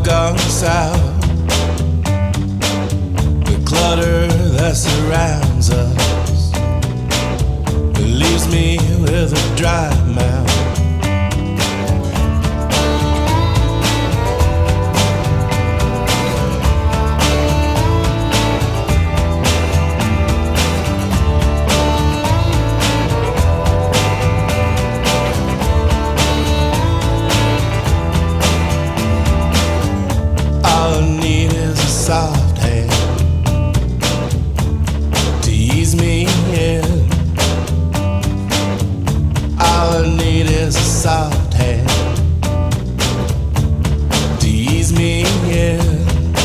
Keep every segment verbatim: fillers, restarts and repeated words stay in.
gone south. The clutter that surrounds us, it leaves me with a dry mouth. Soft hand to ease me in. All I need is a soft hand to ease me in.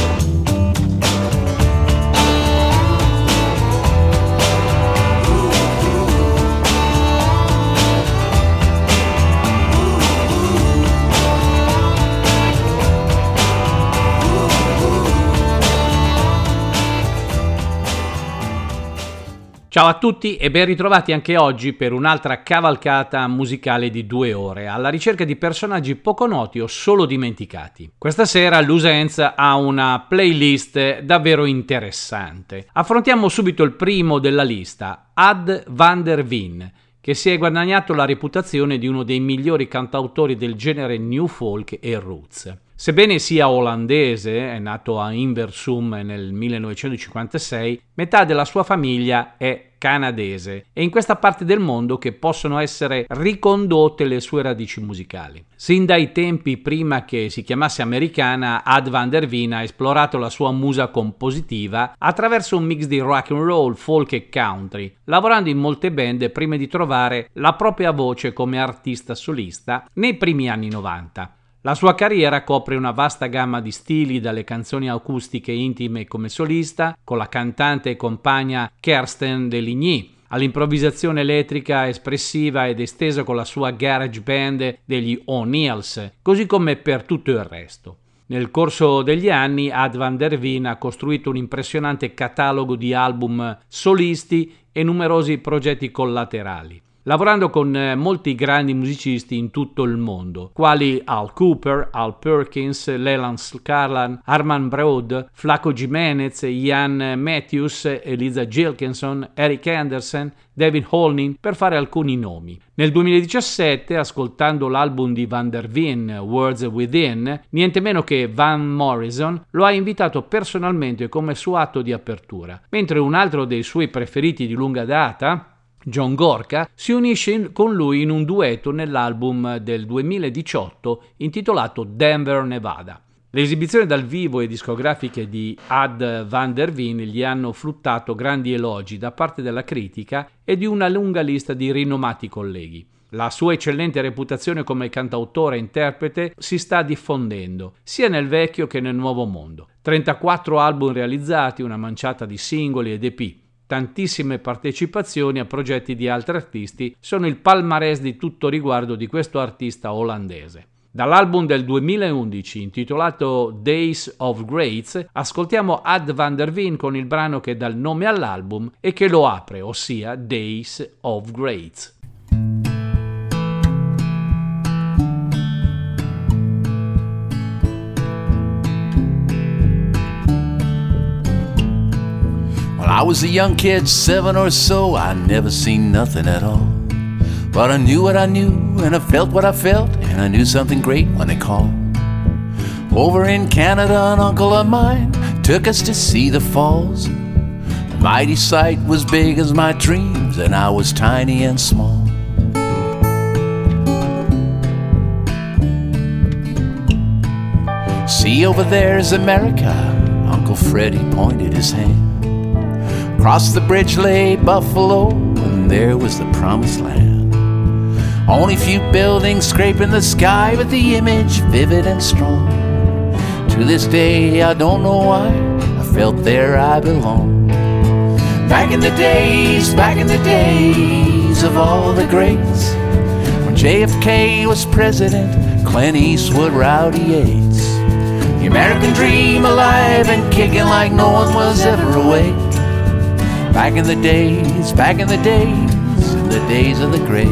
Ciao a tutti e ben ritrovati anche oggi per un'altra cavalcata musicale di due ore, alla ricerca di personaggi poco noti o solo dimenticati. Questa sera l'Usenza ha una playlist davvero interessante. Affrontiamo subito il primo della lista, Ad van der Veen, che si è guadagnato la reputazione di uno dei migliori cantautori del genere new folk e roots. Sebbene sia olandese, è nato a Inversum nel millenovecentocinquantasei, metà della sua famiglia è canadese, e in questa parte del mondo che possono essere ricondotte le sue radici musicali. Sin dai tempi prima che si chiamasse americana, Ad van der Veen ha esplorato la sua musa compositiva attraverso un mix di rock and roll, folk e country, lavorando in molte band prima di trovare la propria voce come artista solista nei primi anni novanta. La sua carriera copre una vasta gamma di stili, dalle canzoni acustiche intime come solista, con la cantante e compagna Kerstin Deligny, all'improvvisazione elettrica espressiva ed estesa con la sua garage band degli O'Neills, così come per tutto il resto. Nel corso degli anni Ad van der Veen ha costruito un impressionante catalogo di album solisti e numerosi progetti collaterali, lavorando con molti grandi musicisti in tutto il mondo, quali Al Cooper, Al Perkins, Leland Scarlett, Armand Broad, Flaco Jimenez, Ian Matthews, Eliza Gilkinson, Eric Anderson, David Holning, per fare alcuni nomi. Nel duemiladiciassette, ascoltando l'album di Van der Veen, Words Within, niente meno che Van Morrison lo ha invitato personalmente come suo atto di apertura, mentre un altro dei suoi preferiti di lunga data, John Gorka, si unisce con lui in un duetto nell'album del duemiladiciotto intitolato Denver, Nevada. Le esibizioni dal vivo e discografiche di Ad van der Veen gli hanno fruttato grandi elogi da parte della critica e di una lunga lista di rinomati colleghi. La sua eccellente reputazione come cantautore e interprete si sta diffondendo, sia nel vecchio che nel nuovo mondo. trentaquattro album realizzati, una manciata di singoli ed E P. Tantissime partecipazioni a progetti di altri artisti sono il palmarès di tutto riguardo di questo artista olandese. Dall'album del duemilaundici intitolato Days of Greats ascoltiamo Ad van der Veen con il brano che dà il nome all'album e che lo apre, ossia Days of Greats. I was a young kid, seven or so, I never seen nothing at all. But I knew what I knew, and I felt what I felt, and I knew something great when they called. Over in Canada, an uncle of mine took us to see the falls. The mighty sight was big as my dreams, and I was tiny and small. See, over there's America, Uncle Freddie pointed his hand. Across the bridge lay Buffalo, and there was the promised land. Only few buildings scraping the sky, but the image vivid and strong. To this day, I don't know why, I felt there I belong. Back in the days, back in the days of all the greats, when J F K was president, Clint Eastwood, Rowdy Yates. The American dream alive and kicking like no one was ever awake. Back in the days, back in the days, the days of the greats.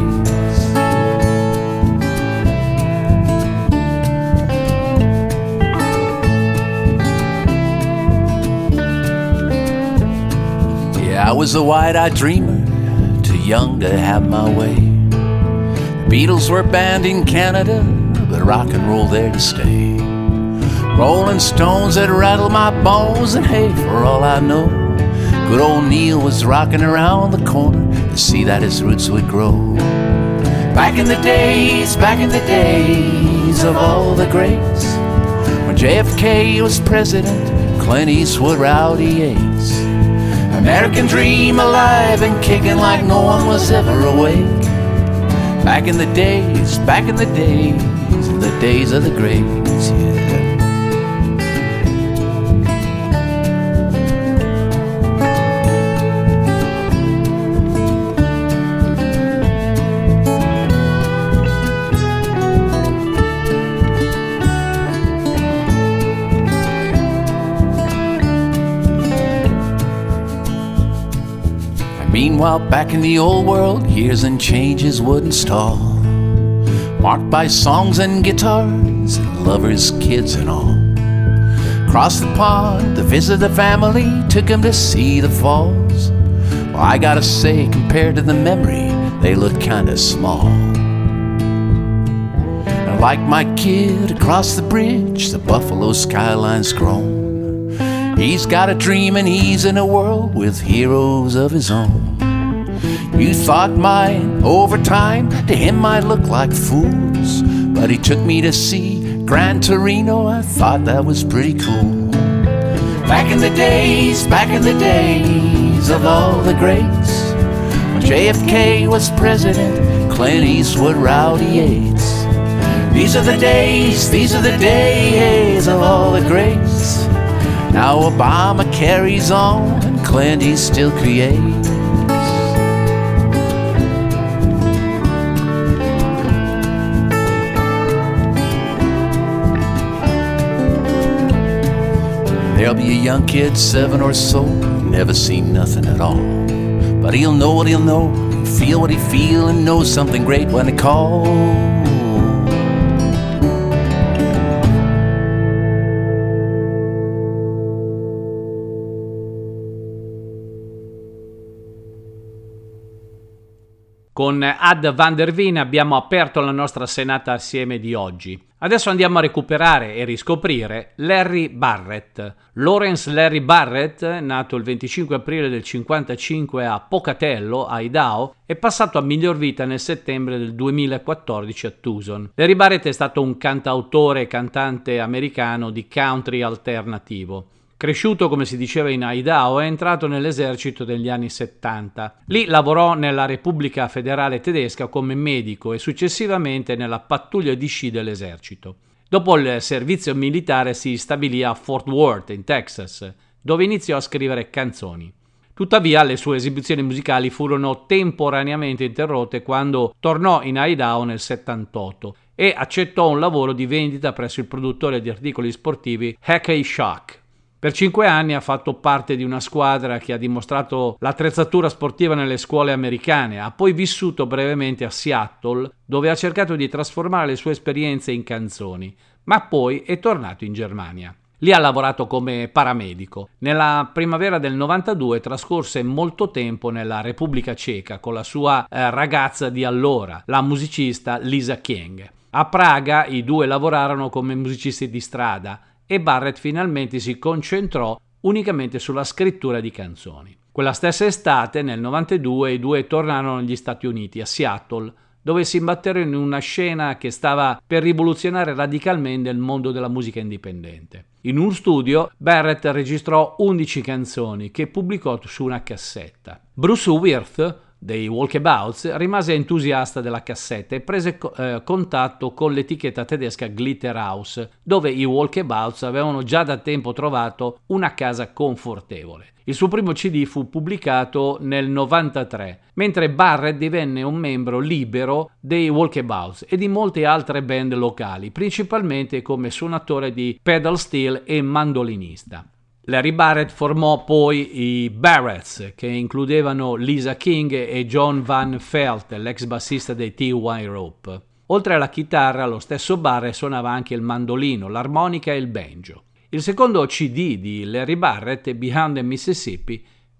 I was a wide-eyed dreamer, too young to have my way. The Beatles were banned in Canada, but rock and roll there to stay. Rolling Stones that rattled my bones, and hey, for all I know, good old Neil was rocking around the corner to see that his roots would grow. Back in the days, back in the days of all the greats, when J F K was president, Clint Eastwood, Rowdy Yates, American dream alive and kicking like no one was ever awake. Back in the days, back in the days, the days of the greats, yeah. Meanwhile, back in the old world, years and changes wouldn't stall, marked by songs and guitars, and lovers, kids and all. Across the pond to visit the family, took them to see the falls. Well, I gotta say, compared to the memory, they look kinda small. And like my kid across the bridge, the Buffalo skyline's grown. He's got a dream and he's in a world with heroes of his own. You thought mine, over time, to him might look like fools, but he took me to see Gran Torino, I thought that was pretty cool. Back in the days, back in the days of all the greats, when J F K was president, Clint Eastwood, Rowdy Yates. These are the days, these are the days of all the greats. Now Obama carries on and Clint still creates. There'll be a young kid, seven or so, never seen nothing at all, but he'll know what he'll know, feel what he feel, and know something great when it calls. Con Ad Van der Veen abbiamo aperto la nostra serata assieme di oggi. Adesso andiamo a recuperare e riscoprire Larry Barrett. Lawrence Larry Barrett, nato il venticinque aprile del cinquantacinque a Pocatello, Idaho, è passato a miglior vita nel settembre del duemilaquattordici a Tucson. Larry Barrett è stato un cantautore e cantante americano di country alternativo. Cresciuto, come si diceva, in Idaho, è entrato nell'esercito negli anni settanta. Lì lavorò nella Repubblica Federale Tedesca come medico e successivamente nella pattuglia di sci dell'esercito. Dopo il servizio militare si stabilì a Fort Worth, in Texas, dove iniziò a scrivere canzoni. Tuttavia, le sue esibizioni musicali furono temporaneamente interrotte quando tornò in Idaho nel settantotto e accettò un lavoro di vendita presso il produttore di articoli sportivi Hackey Shack. Per cinque anni ha fatto parte di una squadra che ha dimostrato l'attrezzatura sportiva nelle scuole americane. Ha poi vissuto brevemente a Seattle, dove ha cercato di trasformare le sue esperienze in canzoni, ma poi è tornato in Germania. Lì ha lavorato come paramedico. Nella primavera del novantadue trascorse molto tempo nella Repubblica Ceca con la sua eh, ragazza di allora, la musicista Lisa King. A Praga i due lavorarono come musicisti di strada e Barrett finalmente si concentrò unicamente sulla scrittura di canzoni. Quella stessa estate, nel novantadue, i due tornarono negli Stati Uniti, a Seattle, dove si imbatterono in una scena che stava per rivoluzionare radicalmente il mondo della musica indipendente. In un studio, Barrett registrò undici canzoni che pubblicò su una cassetta. Bruce Wirth dei Walkabouts rimase entusiasta della cassetta e prese eh, contatto con l'etichetta tedesca Glitterhouse, dove i Walkabouts avevano già da tempo trovato una casa confortevole. Il suo primo C D fu pubblicato nel novantatré, mentre Barrett divenne un membro libero dei Walkabouts e di molte altre band locali, principalmente come suonatore di pedal steel e mandolinista. Larry Barrett formò poi i Barretts, che includevano Lisa King e John Van Felt, l'ex bassista dei T Y Rope. Oltre alla chitarra, lo stesso Barrett suonava anche il mandolino, l'armonica e il banjo. Il secondo C D di Larry Barrett, Behind the Mississippi,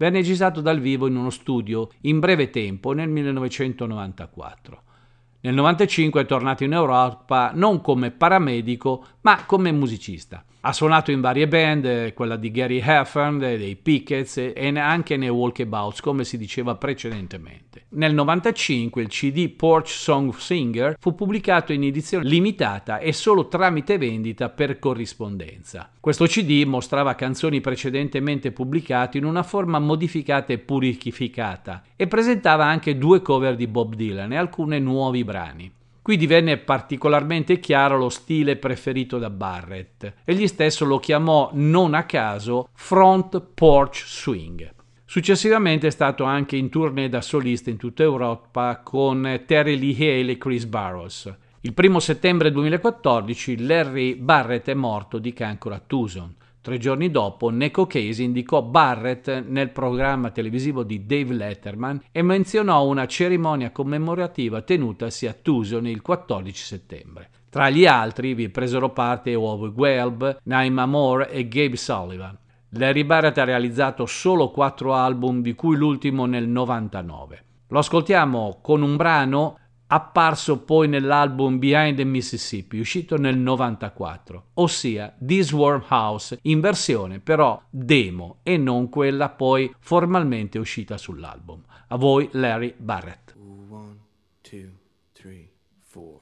venne registrato dal vivo in uno studio in breve tempo nel millenovecentonovantaquattro. Nel novantacinque è tornato in Europa non come paramedico, ma come musicista. Ha suonato in varie band, quella di Gary Heffern, dei Pickets e anche nei Walkabouts, come si diceva precedentemente. Nel novantacinque il C D Porch Song Singer fu pubblicato in edizione limitata e solo tramite vendita per corrispondenza. Questo C D mostrava canzoni precedentemente pubblicate in una forma modificata e purificata e presentava anche due cover di Bob Dylan e alcuni nuovi brani. Qui divenne particolarmente chiaro lo stile preferito da Barrett. Egli stesso lo chiamò, non a caso, Front Porch Swing. Successivamente è stato anche in tournée da solista in tutta Europa con Terry Lee Hale e Chris Barros. Il primo settembre duemilaquattordici Larry Barrett è morto di cancro a Tucson. Tre giorni dopo, Neko Case indicò Barrett nel programma televisivo di Dave Letterman e menzionò una cerimonia commemorativa tenutasi a Tucson il quattordici settembre. Tra gli altri vi presero parte Howe Gelb, Naima Moore e Gabe Sullivan. Larry Barrett ha realizzato solo quattro album, di cui l'ultimo nel novantanove. Lo ascoltiamo con un brano apparso poi nell'album Behind the Mississippi, uscito nel novantaquattro, ossia This Warm House, in versione però demo e non quella poi formalmente uscita sull'album. A voi Larry Barrett. One, two, three, four.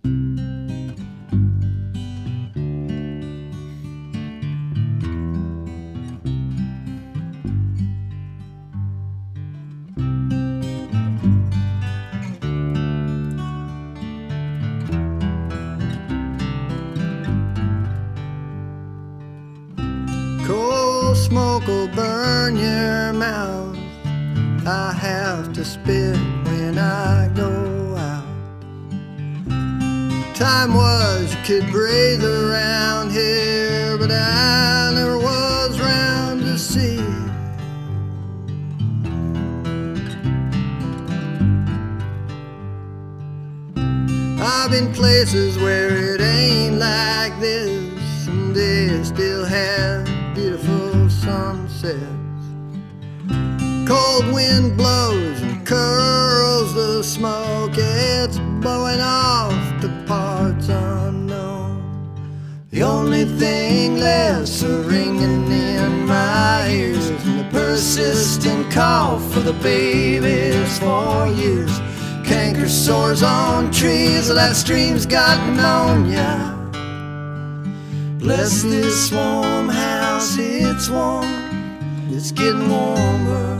Smoke will burn your mouth. I have to spit when I go out. Time was you could breathe around here, but I never was round to see. I've been places where it ain't like this, and they still have beautiful sunsets. Cold wind blows and curls the smoke. It's blowing off the parts unknown. The only thing left are ringing in my ears and the persistent call for the babies for years. Canker sores on trees, that stream's got pneumonia. Bless this warm house, it's warm, it's getting warmer.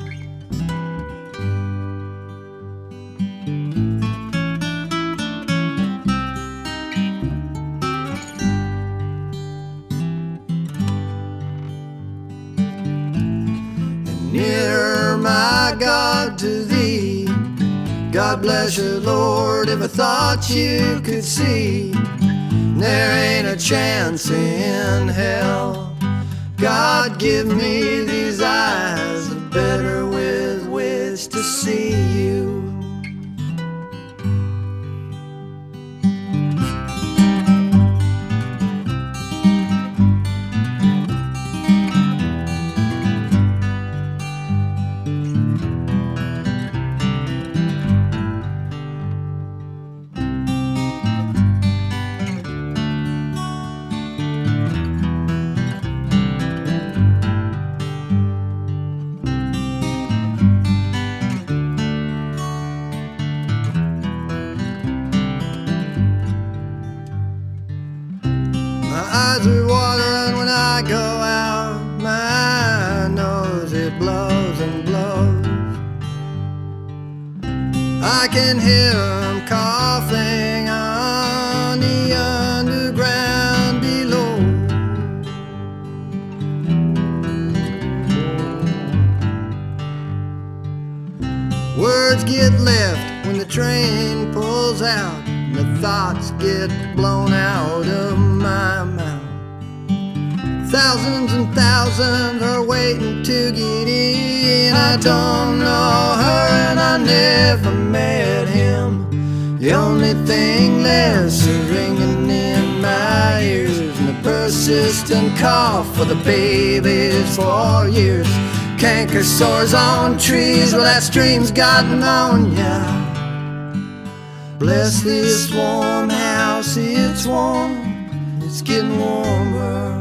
And nearer, my God, to thee. God bless you, Lord, if I thought you could see. There ain't a chance in hell. God, give me these eyes, better with which to see you. Eyes are watering when I go out. My nose, it blows and blows. I can hear them coughing on the underground below. Words get left when the train pulls out, and the thoughts get blown out of my mouth. Thousands and thousands are waiting to get in. I don't know her and I never met him. The only thing left is ringing in my ears and the persistent call for the babies for years. Canker sores on trees, well that stream's got pneumonia. Bless this warm house, it's warm, it's getting warmer.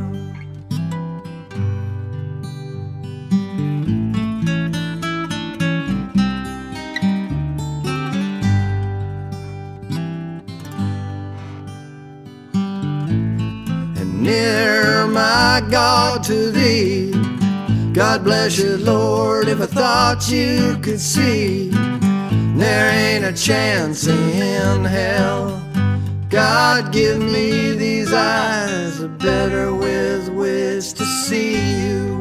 Near my God to thee, God bless you, Lord, if I thought you could see. There ain't a chance in hell. God give me these eyes, a better with which to see you.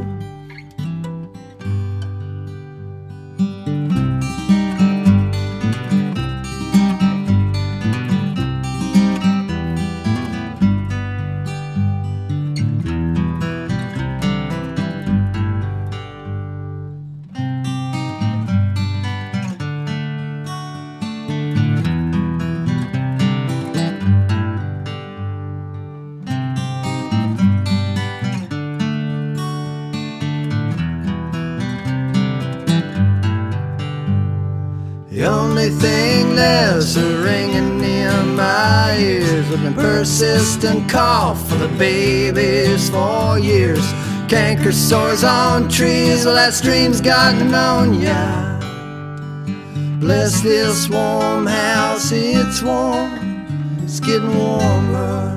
The only thing that's ringing in my ears has been persistent cough for the babies for years. Canker sores on trees, well that stream's got pneumonia. Bless this warm house, it's warm, it's getting warmer.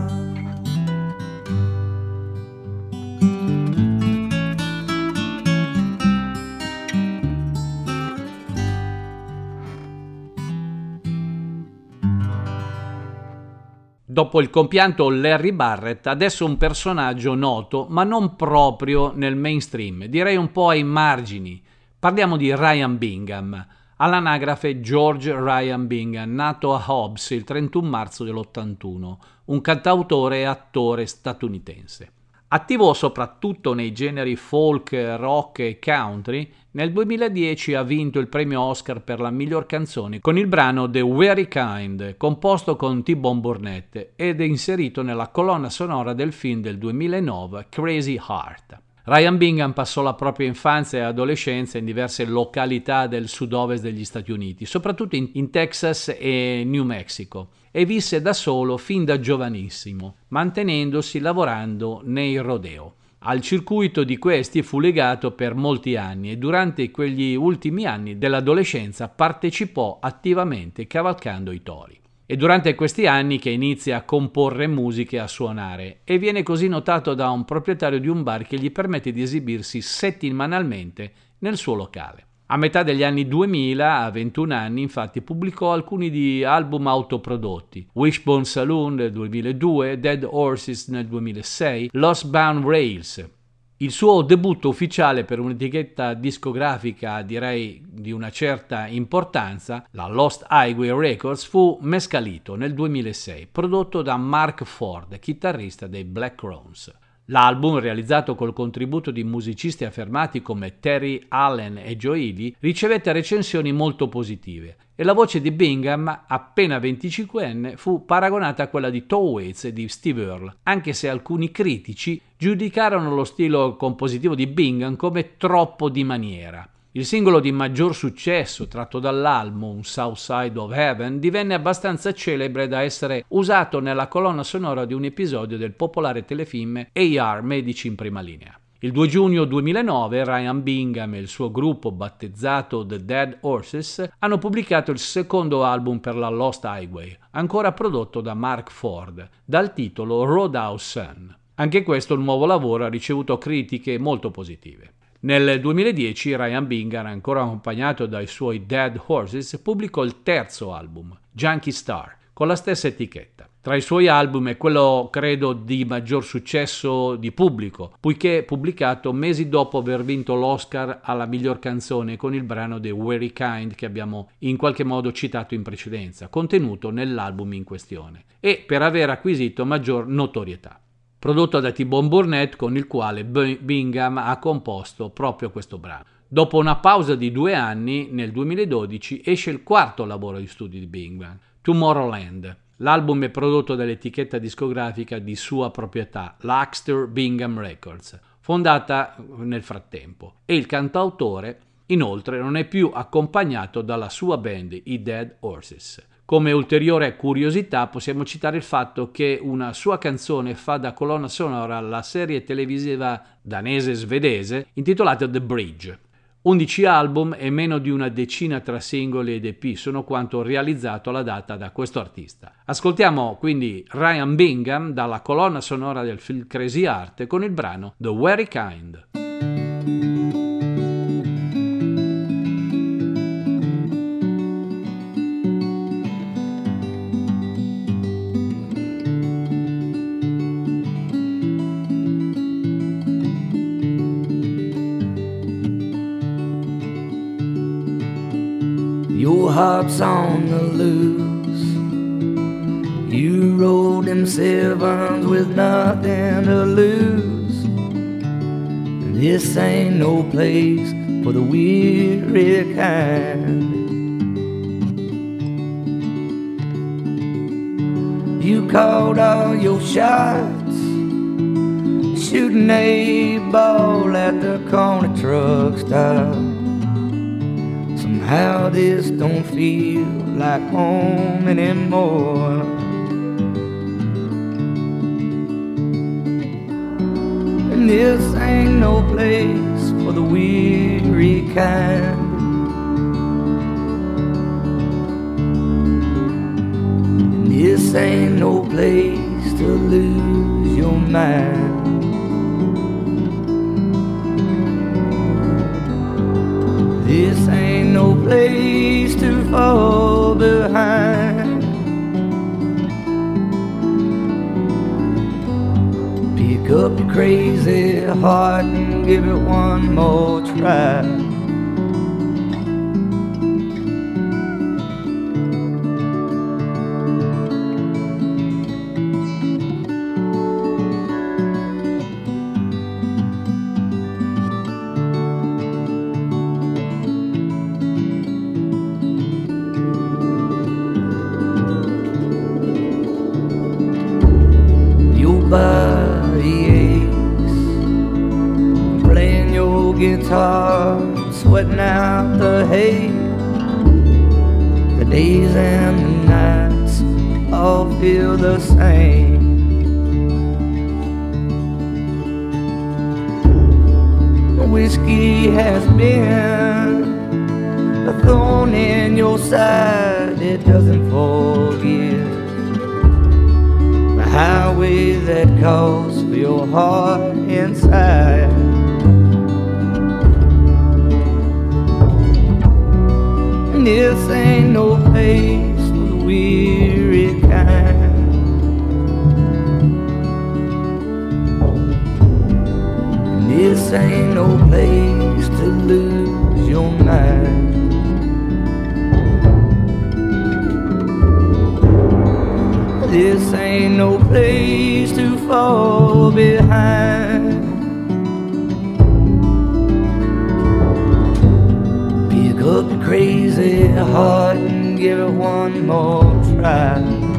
Dopo il compianto Larry Barrett, adesso un personaggio noto, ma non proprio nel mainstream, direi un po' ai margini. Parliamo di Ryan Bingham, all'anagrafe George Ryan Bingham, nato a Hobbs il trentuno marzo dell'ottantuno, un cantautore e attore statunitense. Attivo soprattutto nei generi folk, rock e country, nel duemiladieci ha vinto il premio Oscar per la miglior canzone con il brano The Very Kind, composto con T-Bone Burnett ed è inserito nella colonna sonora del film del duemilanove Crazy Heart. Ryan Bingham passò la propria infanzia e adolescenza in diverse località del sud-ovest degli Stati Uniti, soprattutto in, in Texas e New Mexico, e visse da solo fin da giovanissimo, mantenendosi lavorando nei rodeo. Al circuito di questi fu legato per molti anni e durante quegli ultimi anni dell'adolescenza partecipò attivamente cavalcando i tori. È durante questi anni che inizia a comporre musiche e a suonare e viene così notato da un proprietario di un bar che gli permette di esibirsi settimanalmente nel suo locale. A metà degli anni duemila, a ventuno anni, infatti, pubblicò alcuni di album autoprodotti: Wishbone Saloon nel duemiladue, Dead Horses nel duemilasei, Lost Bound Rails. Il suo debutto ufficiale per un'etichetta discografica, direi di una certa importanza, la Lost Highway Records, fu Mescalito nel duemilasei, prodotto da Mark Ford, chitarrista dei Black Crowes. L'album, realizzato col contributo di musicisti affermati come Terry Allen e Joe Ely, ricevette recensioni molto positive e la voce di Bingham, appena venticinquenne, fu paragonata a quella di Tom Waits e di Steve Earle, anche se alcuni critici giudicarono lo stile compositivo di Bingham come troppo di maniera. Il singolo di maggior successo tratto dall'album, South Side of Heaven, divenne abbastanza celebre da essere usato nella colonna sonora di un episodio del popolare telefilm A R Medici in prima linea. Il due giugno duemilanove Ryan Bingham e il suo gruppo, battezzato The Dead Horses, hanno pubblicato il secondo album per la Lost Highway, ancora prodotto da Mark Ford, dal titolo Roadhouse Sun. Anche questo nuovo lavoro ha ricevuto critiche molto positive. Nel duemiladieci Ryan Bingham, ancora accompagnato dai suoi Dead Horses, pubblicò il terzo album, Junkie Star, con la stessa etichetta. Tra i suoi album è quello, credo, di maggior successo di pubblico, poiché pubblicato mesi dopo aver vinto l'Oscar alla miglior canzone con il brano The Very Kind che abbiamo in qualche modo citato in precedenza, contenuto nell'album in questione, e per aver acquisito maggior notorietà. Prodotto da T-Bone Burnett, con il quale Bingham ha composto proprio questo brano. Dopo una pausa di due anni, nel duemiladodici esce il quarto lavoro di studio di Bingham, Tomorrowland. L'album è prodotto dall'etichetta discografica di sua proprietà, l'Axter Bingham Records. fondata nel frattempo, e il cantautore inoltre non è più accompagnato dalla sua band, i Dead Horses. Come ulteriore curiosità possiamo citare il fatto che una sua canzone fa da colonna sonora alla serie televisiva danese-svedese intitolata The Bridge. undici album e meno di una decina tra singoli ed E P sono quanto realizzato alla data da questo artista. Ascoltiamo quindi Ryan Bingham dalla colonna sonora del film Crazy Heart con il brano The Very Kind. Your heart's on the loose. You rode them sevens with nothing to lose. This ain't no place for the weary kind. You called all your shots, shooting a ball at the corner truck stop. Somehow this don't feel like home anymore. And this ain't no place for the weary kind. And this ain't no place to lose your mind. This ain't no place to fall behind. Pick up your crazy heart and give it one more try. Guitar, sweating out the hay. The days and the nights all feel the same. Whiskey has been a thorn in your side, it doesn't forgive. The highway that calls for your heart inside. This ain't no place for the weary kind. And this ain't no place to lose your mind. This ain't no place to fall behind. Up your crazy heart and give it one more try.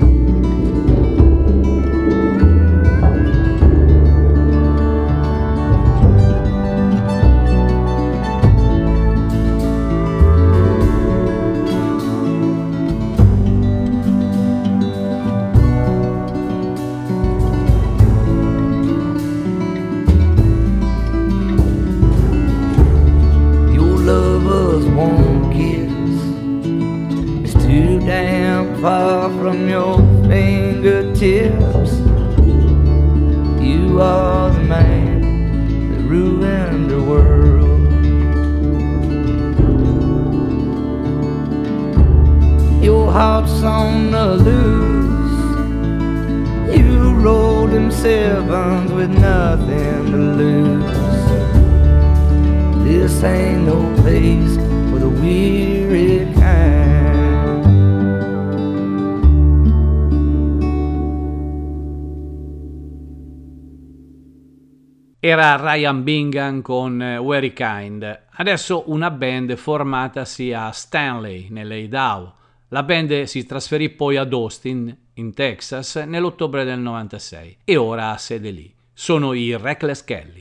Far from your fingertips, you are the man that ruined the world. Your heart's on the loose. You rolled them sevens with nothing to lose. This ain't no place for the weary kind. Era Ryan Bingham con Very Kind. Adesso una band formatasi a Stanley, nell'Idaho. La band si trasferì poi ad Austin, in Texas, nell'ottobre del novantasei e ora ha sede lì. Sono i Reckless Kelly,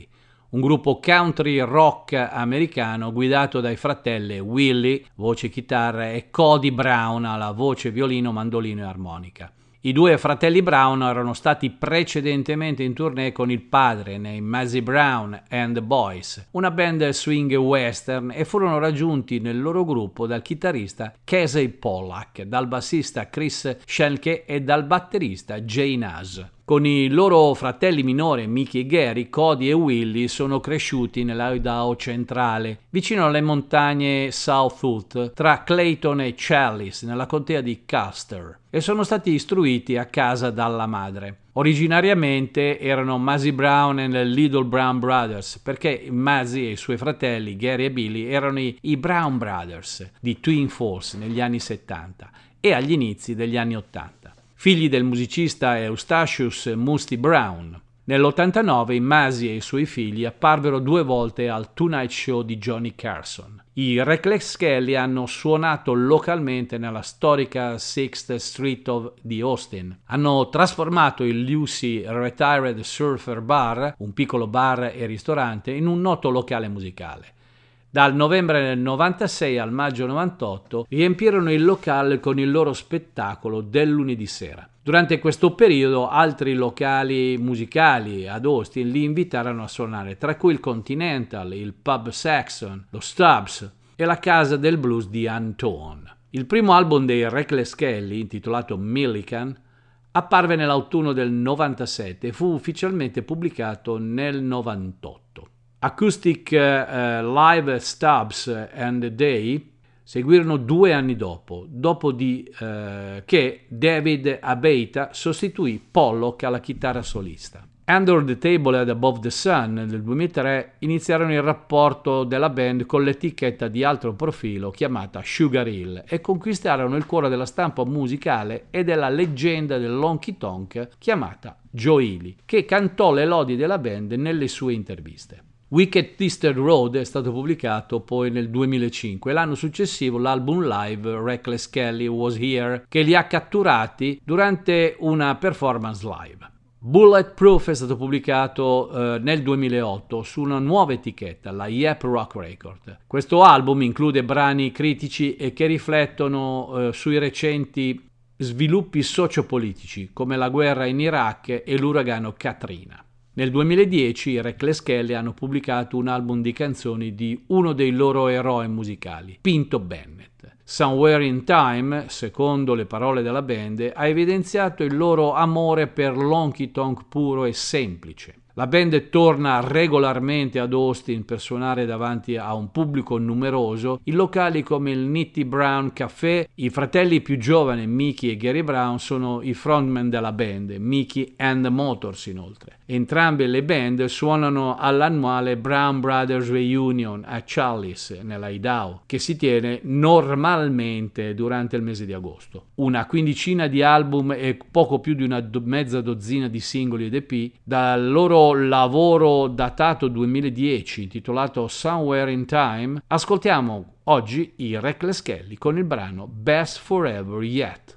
un gruppo country rock americano guidato dai fratelli Willie, voce chitarra, e Cody Brown alla voce violino, mandolino e armonica. I due fratelli Brown erano stati precedentemente in tournée con il padre nei Muzzy Brown and the Boys, una band swing western, e furono raggiunti nel loro gruppo dal chitarrista Casey Pollack, dal bassista Chris Schenke e dal batterista Jay Nash. Con i loro fratelli minori Mickey e Gary, Cody e Willie sono cresciuti nell'Idaho centrale, vicino alle montagne Southwood, tra Clayton e Challis, nella contea di Custer, e sono stati istruiti a casa dalla madre. Originariamente erano Muzzy Brown e le Little Brown Brothers, perché Muzzy e i suoi fratelli Gary e Billy erano i, i Brown Brothers di Twin Falls negli anni settanta e agli inizi degli anni ottanta. Figli del musicista Eustachius Musty Brown. Nell'ottantanove i Muzzy e i suoi figli apparvero due volte al Tonight Show di Johnny Carson. I Reckless Kelly hanno suonato localmente nella storica Sixth Street of, di Austin. Hanno trasformato il Lucy Retired Surfer Bar, un piccolo bar e ristorante, in un noto locale musicale. Dal novembre del novantasei al maggio novantotto riempirono il locale con il loro spettacolo del lunedì sera. Durante questo periodo altri locali musicali ad Austin li invitarono a suonare, tra cui il Continental, il Pub Saxon, lo Stubbs e la Casa del Blues di Anton. Il primo album dei Reckless Kelly, intitolato Millican, apparve nell'autunno del novantasette e fu ufficialmente pubblicato nel novantotto. Acoustic uh, Live Stubbs and the Day seguirono due anni dopo, dopo di, uh, che David Abeyta sostituì Pollock alla chitarra solista. Under the Table and Above the Sun nel duemilatré iniziarono il rapporto della band con l'etichetta di alto profilo chiamata Sugar Hill e conquistarono il cuore della stampa musicale e della leggenda dell'honky tonk chiamata Joe Ely, che cantò le lodi della band nelle sue interviste. Wicked Twisted Road è stato pubblicato poi nel duemilacinque e l'anno successivo l'album live Reckless Kelly Was Here, che li ha catturati durante una performance live. Bulletproof è stato pubblicato eh, nel duemilaotto su una nuova etichetta, la Yep Rock Record. Questo album include brani critici e che riflettono eh, sui recenti sviluppi sociopolitici come la guerra in Iraq e l'uragano Katrina. Nel duemiladieci i Reckless Kelly hanno pubblicato un album di canzoni di uno dei loro eroi musicali, Pinto Bennett. Somewhere in Time, secondo le parole della band, ha evidenziato il loro amore per l'honky tonk puro e semplice. La band torna regolarmente ad Austin per suonare davanti a un pubblico numeroso in locali come il Nitty Brown Café. I fratelli più giovani, Mickey e Gary Brown, sono i frontman della band, Mickey and the Motors inoltre. Entrambe le band suonano all'annuale Brown Brothers Reunion a Challis, nell'Idaho, che si tiene normalmente durante il mese di agosto. Una quindicina di album e poco più di una do- mezza dozzina di singoli ed E P dal loro lavoro datato duemiladieci intitolato Somewhere in Time. Ascoltiamo oggi i Reckless Kelly con il brano Best Forever Yet.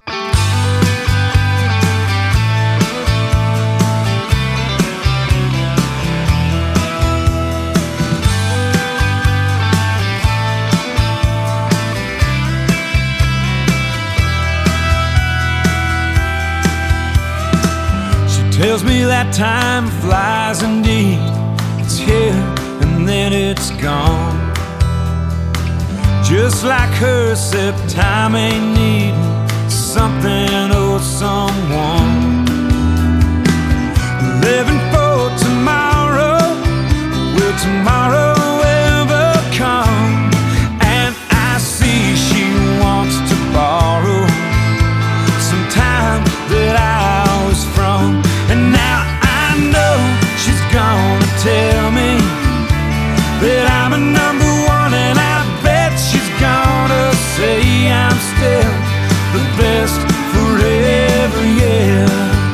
Tells me that time flies indeed. It's here and then it's gone. Just like her, except time ain't needing something or someone. Living for tomorrow, will tomorrow ever come? And I see she wants to borrow some time that I was from. And now I know she's gonna tell me that I'm a number one, and I bet she's gonna say I'm still the best forever, yeah.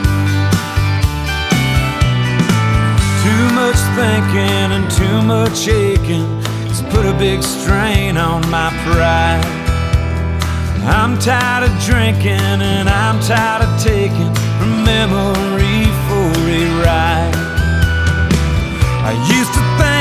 Too much thinking and too much aching has put a big strain on my pride. I'm tired of drinking and I'm tired of taking her memory for a ride. I used to think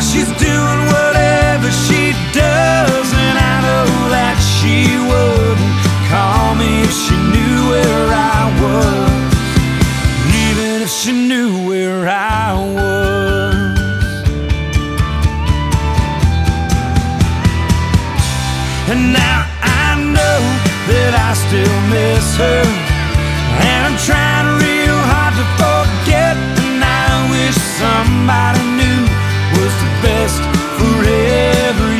she's doing whatever she does, and I know that she wouldn't call me if she knew where I was, even if she knew where I was. And now I know that I still miss her, and I'm trying real hard to forget, and I wish somebody knew was the best forever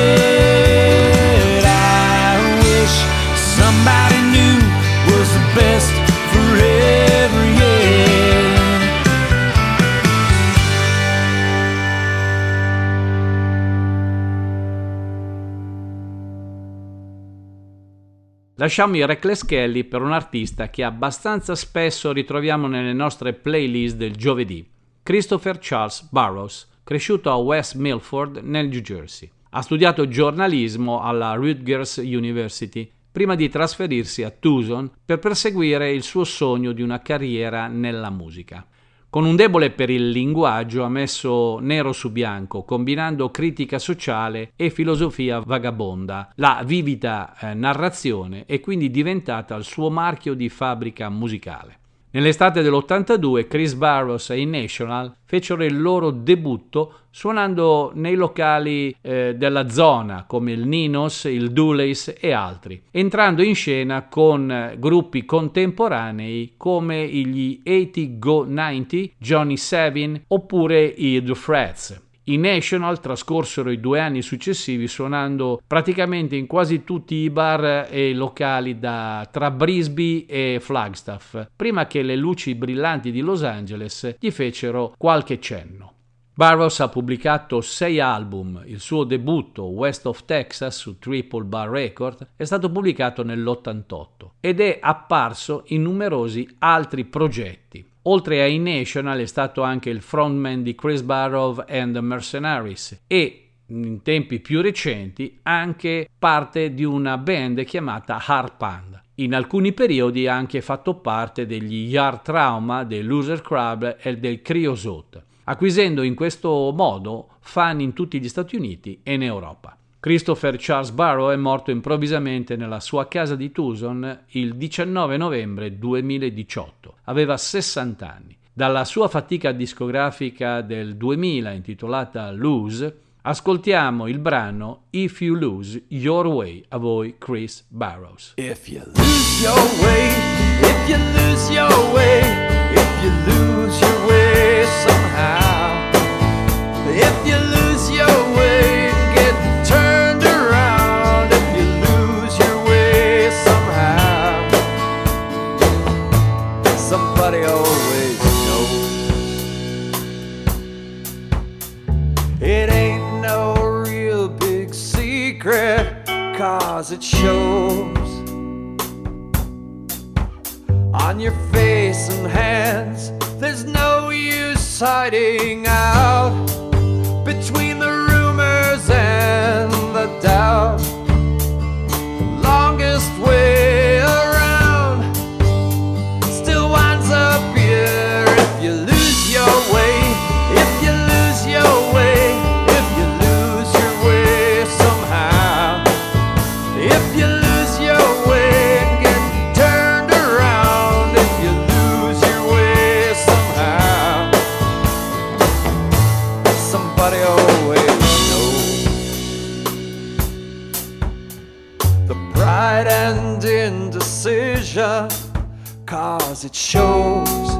yet. I wish somebody knew was the best forever yet. Lasciamo i Reckless Kelly per un artista che abbastanza spesso ritroviamo nelle nostre playlist del giovedì, Christopher Charles Burrows, cresciuto a West Milford nel New Jersey. Ha studiato giornalismo alla Rutgers University prima di trasferirsi a Tucson per perseguire il suo sogno di una carriera nella musica. Con un debole per il linguaggio ha messo nero su bianco, combinando critica sociale e filosofia vagabonda. La vivida eh, narrazione è quindi diventata il suo marchio di fabbrica musicale. Nell'estate dell'ottantadue Chris Burrows e i National fecero il loro debutto suonando nei locali eh, della zona come il Ninos, il Dulles e altri, entrando in scena con eh, gruppi contemporanei come gli eighty Go ninety, Johnny Savin oppure i The Frets. I National trascorsero i due anni successivi suonando praticamente in quasi tutti i bar e i locali da tra Brisbane e Flagstaff, prima che le luci brillanti di Los Angeles gli fecero qualche cenno. Burrows ha pubblicato sei album, il suo debutto West of Texas su Triple Bar Record è stato pubblicato nell'ottantotto ed è apparso in numerosi altri progetti. Oltre ai National è stato anche il frontman di Chris Barrow and the Mercenaries e, in tempi più recenti, anche parte di una band chiamata Hard Panda. In alcuni periodi ha anche fatto parte degli Yard Trauma, dei Loser Club e del Creosote, acquisendo in questo modo fan in tutti gli Stati Uniti e in Europa. Christopher Charles Burrows è morto improvvisamente nella sua casa di Tucson il diciannove novembre duemiladiciotto. Aveva sessanta anni. Dalla sua fatica discografica del duemila intitolata Lose, ascoltiamo il brano If You Lose Your Way, a voi Chris Burrows. If you lose your way, if you lose your way, if you lose your way somehow, if you lose your way and get turned around, if you lose your way somehow, somebody always knows. It ain't no real big secret, 'cause it shows on your face and hands. There's no use hiding out between the rumors and the doubt. The longest way around still winds up here. If you lose your way, if you lose your way, if you lose your way somehow, if you lose your way and get turned around, if you lose your way somehow, somebody always knows. The pride and indecision, 'cause it shows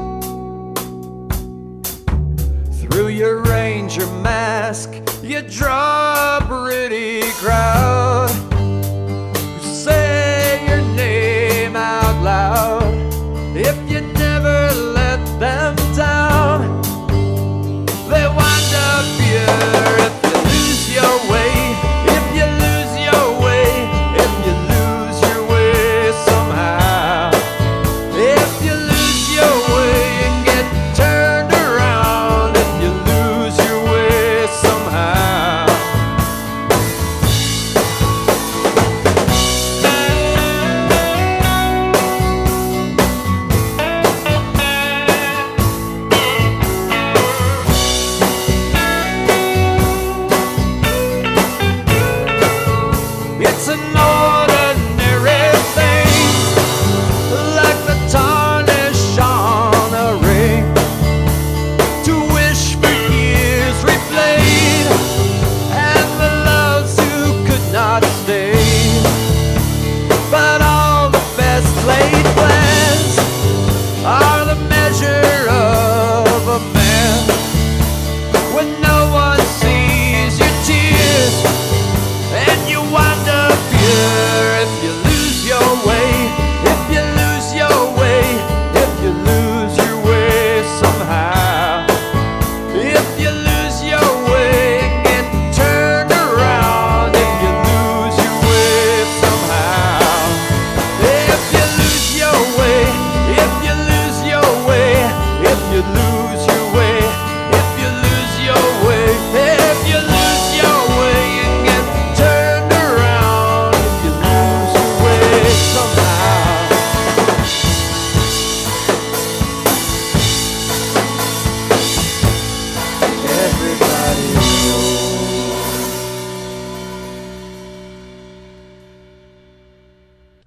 through your ranger mask. You draw a pretty crowd who say your name out loud. If you never let them down, they wind up here. If you lose your way, if you lose your way, if you lose your way somehow, if you lose your way and get turned around, if you lose your way somehow,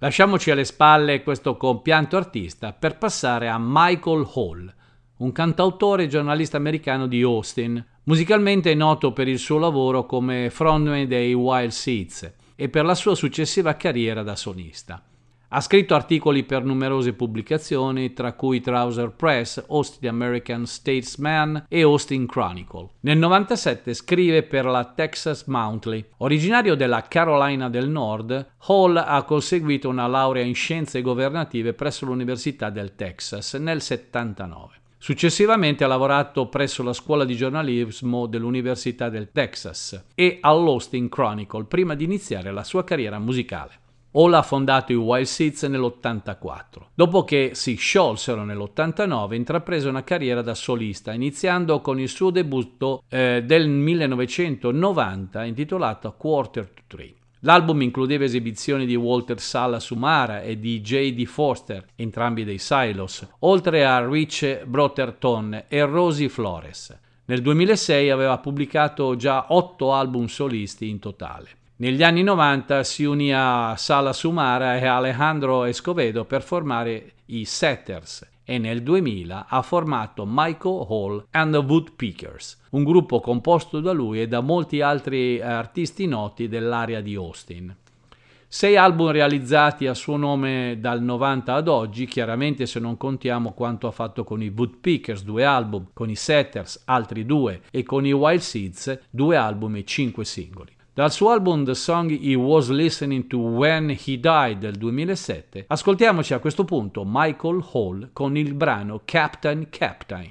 Lasciamoci alle spalle questo compianto artista per passare a Michael Hall, un cantautore e giornalista americano di Austin. Musicalmente è noto per il suo lavoro come frontman dei Wild Seeds e per la sua successiva carriera da solista. Ha scritto articoli per numerose pubblicazioni, tra cui Trouser Press, Austin American Statesman e Austin Chronicle. Nel novantasette scrive per la Texas Monthly. Originario della Carolina del Nord, Hall ha conseguito una laurea in scienze governative presso l'Università del Texas nel settantanove. Successivamente ha lavorato presso la scuola di giornalismo dell'Università del Texas e all'Austin Chronicle prima di iniziare la sua carriera musicale. Hall ha fondato i Wild Seeds nell'ottantaquattro. Dopo che si sciolsero nell'ottantanove, intraprese una carriera da solista, iniziando con il suo debutto eh, del millenovecentonovanta intitolato Quarter to Three. L'album includeva esibizioni di Walter Sala Sumara e di J D Foster, entrambi dei Silos, oltre a Rich Brotherton e Rosie Flores. Nel duemilasei aveva pubblicato già otto album solisti in totale. Negli anni novanta si unì a Sala Sumara e Alejandro Escovedo per formare i Setters e nel duemila ha formato Michael Hall and the Woodpeckers, un gruppo composto da lui e da molti altri artisti noti dell'area di Austin. Sei album realizzati a suo nome dal novanta ad oggi, chiaramente se non contiamo quanto ha fatto con i Woodpeckers, due album, con i Setters, altri due, e con i Wild Seeds, due album e cinque singoli. Dal suo album The Song He Was Listening to When He Died del duemilasette, ascoltiamoci a questo punto Michael Hall con il brano Captain Captain.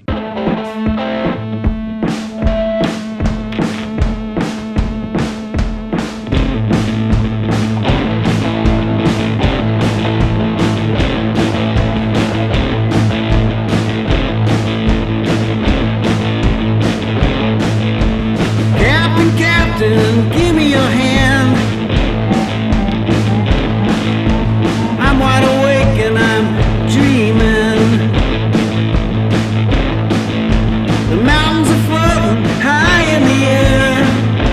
Give me your hand. I'm wide awake and I'm dreaming. The mountains are floating high in the air.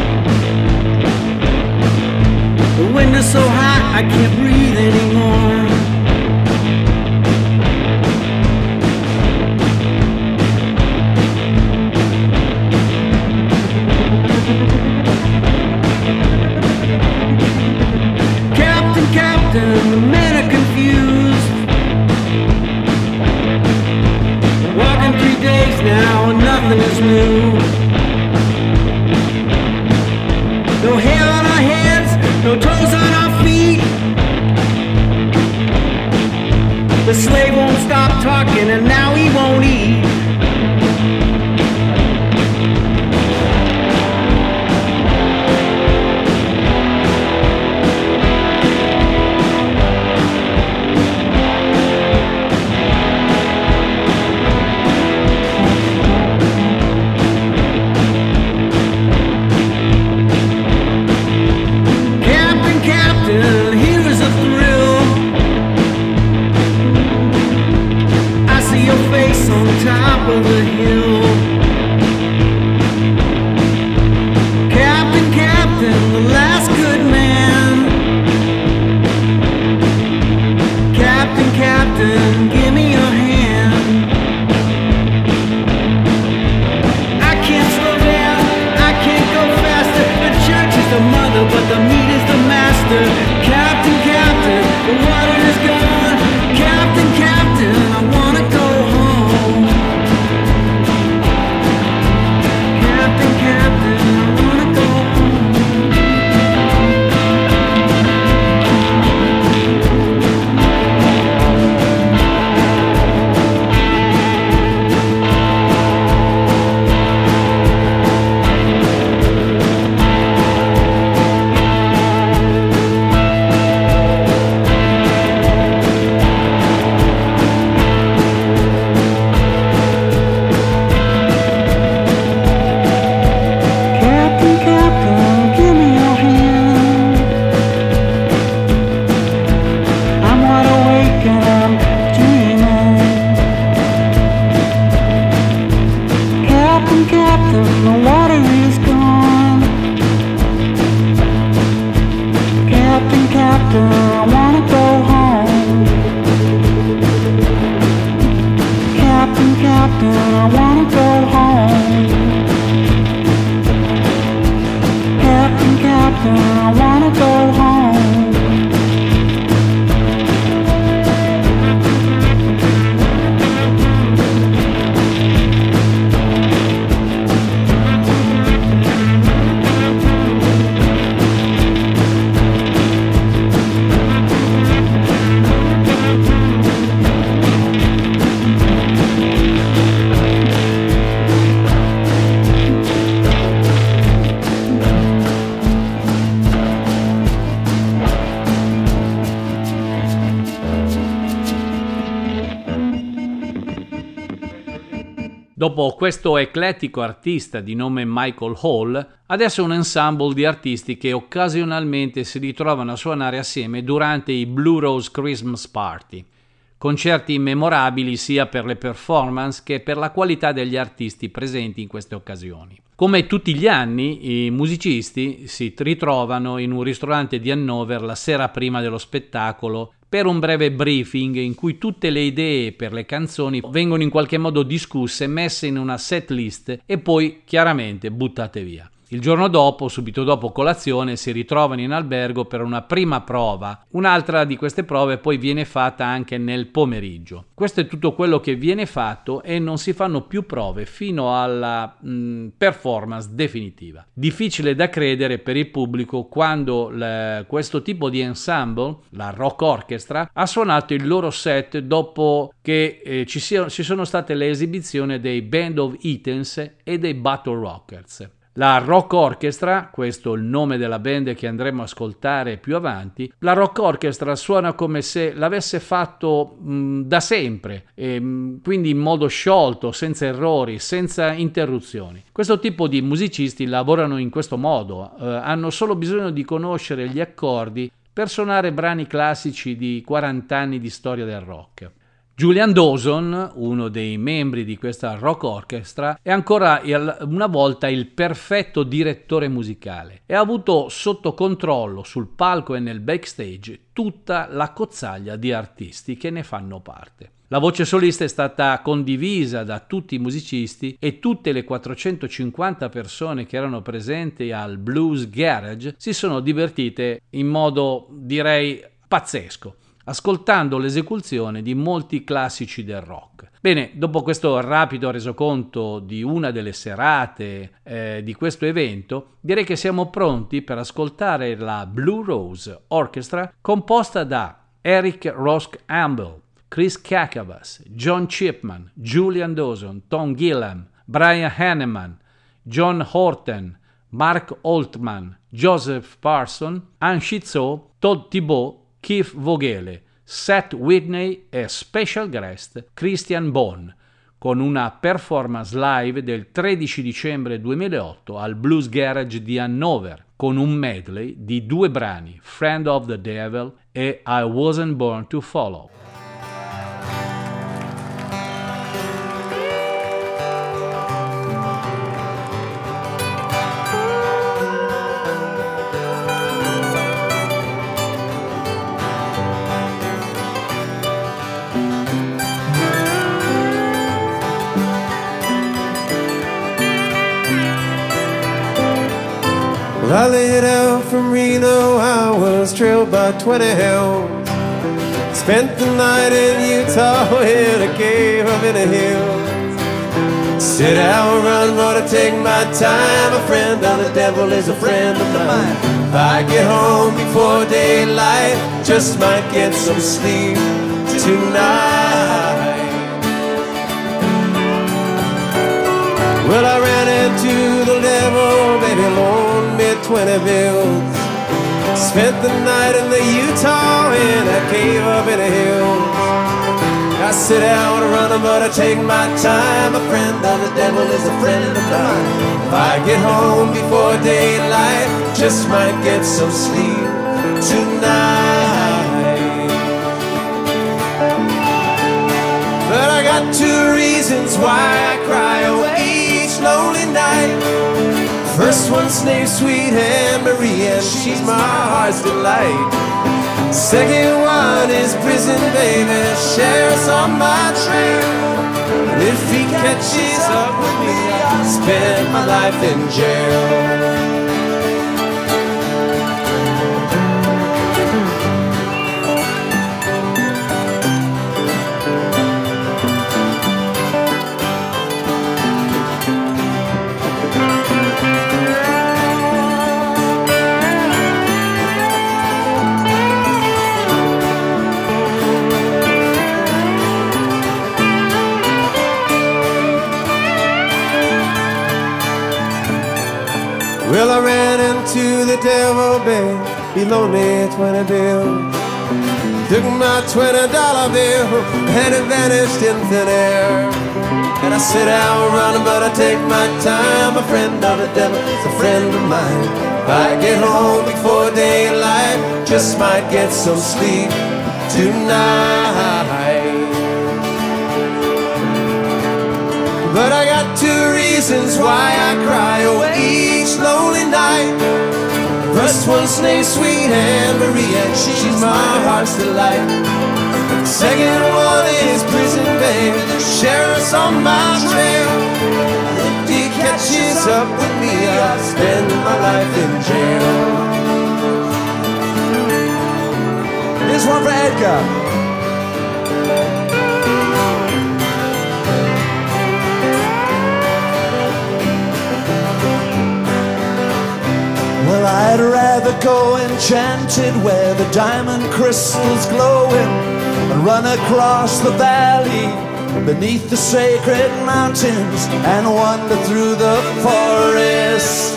The wind is so hot I can't breathe anymore. The men are confused. Walking three days now and nothing is new. No hair on our heads, no toes on our feet. The slave won't stop talking and now he won't eat. Top of the hill, Captain, Captain, the last good man. Captain, Captain, give me your hand. I can't slow down, I can't go faster. The church is the mother, but the meat is the master. Captain, Captain, the water is gone. Captain, Captain, I wanna go home. Captain, Captain, I wanna go home. Dopo questo eclettico artista di nome Michael Hall, adesso un ensemble di artisti che occasionalmente si ritrovano a suonare assieme durante i Blue Rose Christmas Party. Concerti memorabili sia per le performance che per la qualità degli artisti presenti in queste occasioni. Come tutti gli anni, i musicisti si ritrovano in un ristorante di Hannover la sera prima dello spettacolo per un breve briefing in cui tutte le idee per le canzoni vengono in qualche modo discusse, messe in una set list e poi chiaramente buttate via. Il giorno dopo, subito dopo colazione, si ritrovano in albergo per una prima prova. Un'altra di queste prove poi viene fatta anche nel pomeriggio. Questo è tutto quello che viene fatto e non si fanno più prove fino alla mh, performance definitiva. Difficile da credere per il pubblico quando le, questo tipo di ensemble, la Rock Orchestra, ha suonato il loro set dopo che eh, ci, sia, ci sono state le esibizioni dei Band of Athens e dei Battle Rockers. La Rock Orchestra, questo è il nome della band che andremo a ascoltare più avanti, la Rock Orchestra suona come se l'avesse fatto mh, da sempre, e, mh, quindi in modo sciolto, senza errori, senza interruzioni. Questo tipo di musicisti lavorano in questo modo, eh, hanno solo bisogno di conoscere gli accordi per suonare brani classici di quaranta anni di storia del rock. Julian Dawson, uno dei membri di questa Rock Orchestra, è ancora una volta il perfetto direttore musicale e ha avuto sotto controllo sul palco e nel backstage tutta la cozzaglia di artisti che ne fanno parte. La voce solista è stata condivisa da tutti i musicisti e tutte le quattrocentocinquanta persone che erano presenti al Blues Garage si sono divertite in modo, direi, pazzesco, ascoltando l'esecuzione di molti classici del rock. Bene, dopo questo rapido resoconto di una delle serate eh, di questo evento, direi che siamo pronti per ascoltare la Blue Rose Orchestra composta da Eric Rosk Amble, Chris Kakavas, John Chipman, Julian Dawson, Tom Gillam, Brian Hanneman, John Horton, Mark Altman, Joseph Parson, Anne Chizot, Todd Thibault, Keith Vogele, Seth Whitney e special guest Christian Bone, con una performance live del tredici dicembre duemilaotto al Blues Garage di Hannover, con un medley di due brani, Friend of the Devil e I Wasn't Born to Follow. I laid out from Reno, I was trailed by twenty hounds. Spent the night in Utah in a cave up in the hills. Said I'll run, wanna take my time. A friend of the devil is a friend of mine. If I get home before daylight, just might get some sleep tonight. Well, I ran into the devil, baby, loaned me twenty bills. Spent the night in the Utah in a cave up in the hills. I sit out running, but I take my time. A friend of the devil is a friend of mine. If I get home before daylight, just might get some sleep tonight. But I got two reasons why I cry away each lonely night. First one's named Sweet Anne Marie, and she's my heart's delight. Second one is prison, baby, sheriff's on my trail. And if he catches up with me, I'll spend my life in jail. Well, I ran into the devil, babe, he loaned me twenty bills. took my twenty dollar bill and it vanished in thin air. And I sit down running, but I take my time. A friend of the devil is a friend of mine. If I get home before daylight, just might get some sleep tonight. But I got two reasons why I cry away each lonely night. First one's named Sweet Anne Marie, and she's my heart's delight. Second one is Prison Babe, the sheriff's on my trail. If he catches up with me, I'll spend my life in jail. Here's one for Edgar. Well, I'd rather go enchanted where the diamond crystal's glowing, and run across the valley beneath the sacred mountains and wander through the forest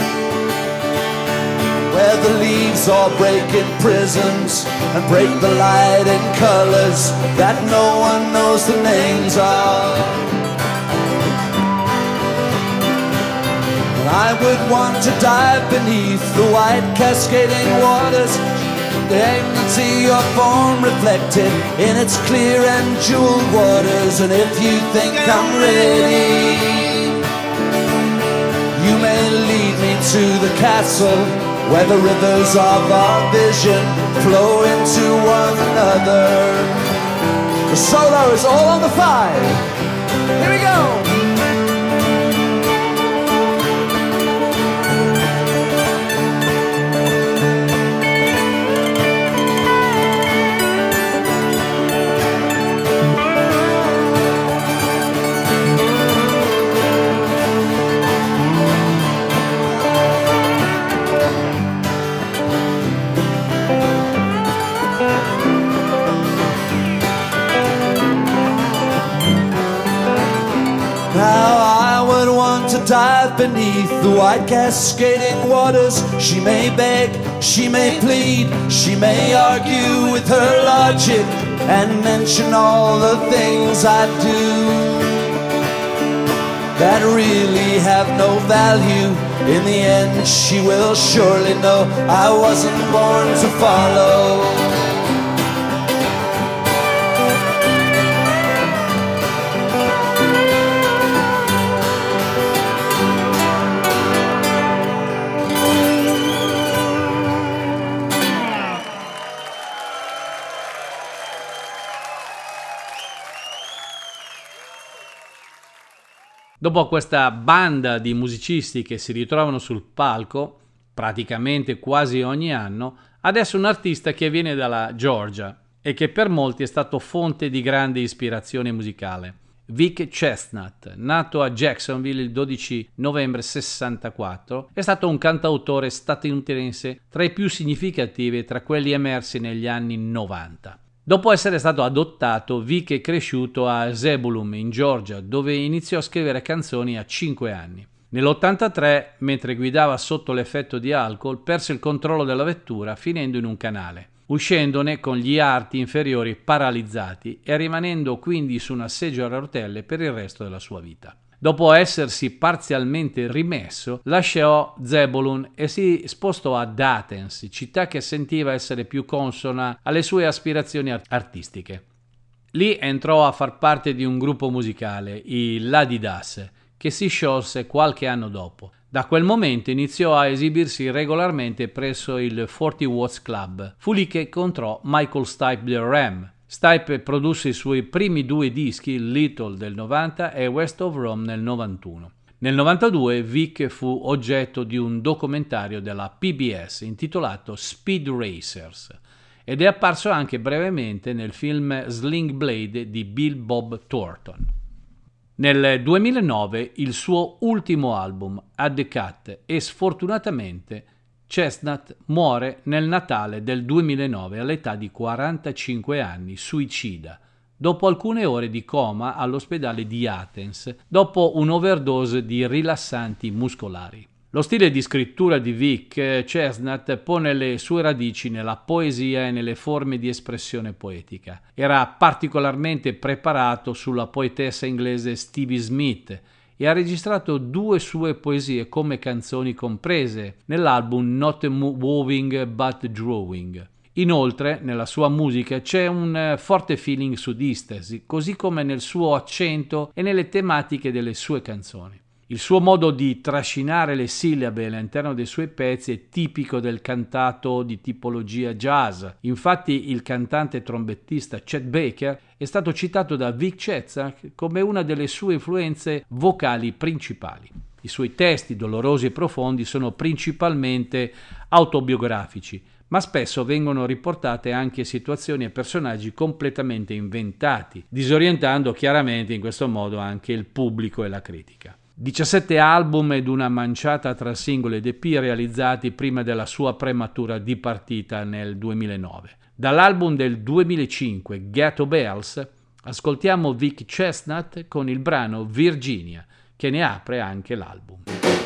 where the leaves all break in prisons and break the light in colors that no one knows the names of. I would want to dive beneath the white cascading waters, aim and see your form reflected in its clear and jeweled waters. And if you think I'm ready, you may lead me to the castle where the rivers of our vision flow into one another. The solo is all on the five. Here we go. Dive beneath the white cascading waters. She may beg, she may plead, she may argue with her logic and mention all the things I do that really have no value. In the end, she will surely know I wasn't born to follow. Dopo questa banda di musicisti che si ritrovano sul palco praticamente quasi ogni anno, adesso un artista che viene dalla Georgia e che per molti è stato fonte di grande ispirazione musicale. Vic Chestnut, nato a Jacksonville il dodici novembre sessantaquattro, è stato un cantautore statunitense tra i più significativi e tra quelli emersi negli anni novanta. Dopo essere stato adottato, Vic è cresciuto a Zebulon, in Georgia, dove iniziò a scrivere canzoni a cinque anni. Nell'ottantatré, mentre guidava sotto l'effetto di alcol, perse il controllo della vettura finendo in un canale, uscendone con gli arti inferiori paralizzati e rimanendo quindi su una seggiola a rotelle per il resto della sua vita. Dopo essersi parzialmente rimesso, lasciò Zebulon e si spostò ad Athens, città che sentiva essere più consona alle sue aspirazioni artistiche. Lì entrò a far parte di un gruppo musicale, i Ladidas, che si sciolse qualche anno dopo. Da quel momento iniziò a esibirsi regolarmente presso il forty Watts Club. Fu lì che incontrò Michael Stipe del Ram. Stipe produsse i suoi primi due dischi, Little del novanta e West of Rome nel novantuno. Nel novantadue Vic fu oggetto di un documentario della P B S intitolato Speed Racers ed è apparso anche brevemente nel film Sling Blade di Bill Bob Thornton. Nel duemilanove il suo ultimo album, At the Cut, e sfortunatamente Chestnut muore nel Natale del duemilanove all'età di quarantacinque anni, suicida, dopo alcune ore di coma all'ospedale di Athens, dopo un'overdose di rilassanti muscolari. Lo stile di scrittura di Vic Chesnutt pone le sue radici nella poesia e nelle forme di espressione poetica. Era particolarmente preparato sulla poetessa inglese Stevie Smith e ha registrato due sue poesie come canzoni comprese nell'album Not Moving But Drawing. Inoltre, nella sua musica c'è un forte feeling sudista, così come nel suo accento e nelle tematiche delle sue canzoni. Il suo modo di trascinare le sillabe all'interno dei suoi pezzi è tipico del cantato di tipologia jazz. Infatti il cantante trombettista Chet Baker è stato citato da Vic Chesnutt come una delle sue influenze vocali principali. I suoi testi, dolorosi e profondi, sono principalmente autobiografici, ma spesso vengono riportate anche situazioni e personaggi completamente inventati, disorientando chiaramente in questo modo anche il pubblico e la critica. diciassette album ed una manciata tra singoli ed E P realizzati prima della sua prematura dipartita nel duemilanove. Dall'album del duemilacinque Ghetto Bells ascoltiamo Vic Chesnutt con il brano Virginia, che ne apre anche l'album.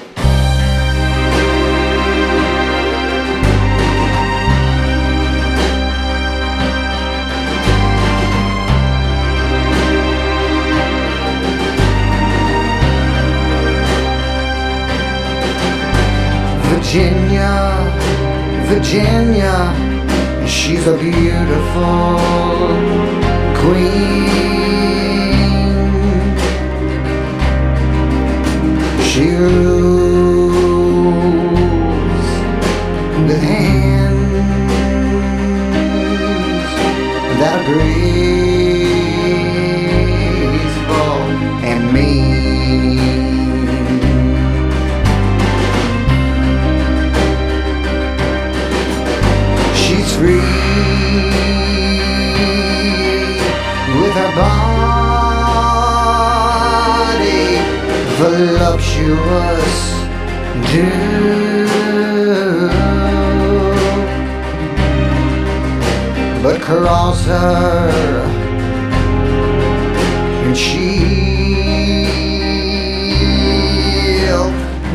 Virginia, Virginia, she's a beautiful queen. She rules the hands that are graceful and mean. She's free with her body voluptuous too, but cross her and she'll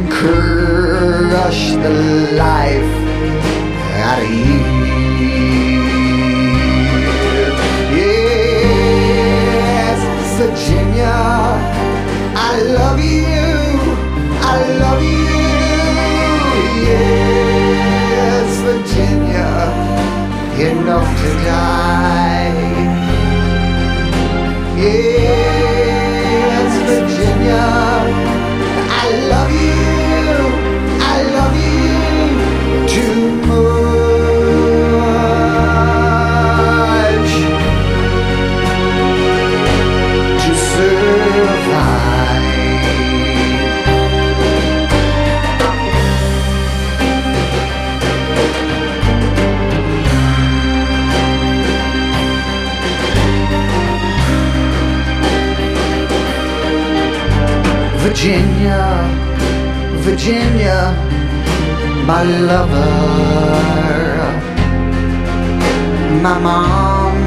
crush the life out of you. Virginia, I love you, I love you, yes, Virginia, enough to die, yes, Virginia, I love you, I love you too much to survive. Virginia, Virginia, my lover, my mom,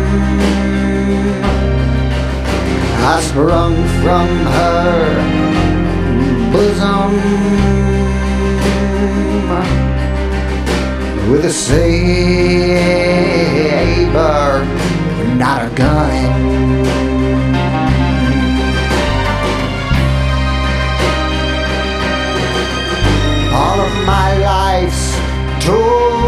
I sprung from her bosom with a saber, not a gun. All of my life's toil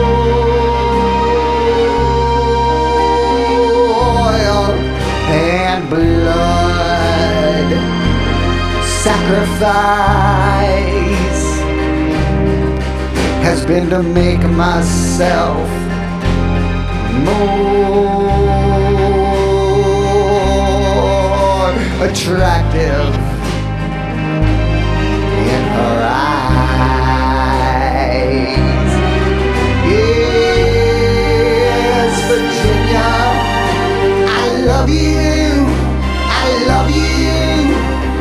and blood sacrifice has been to make myself more attractive in her eyes. Yes, Virginia, I love you, I love you.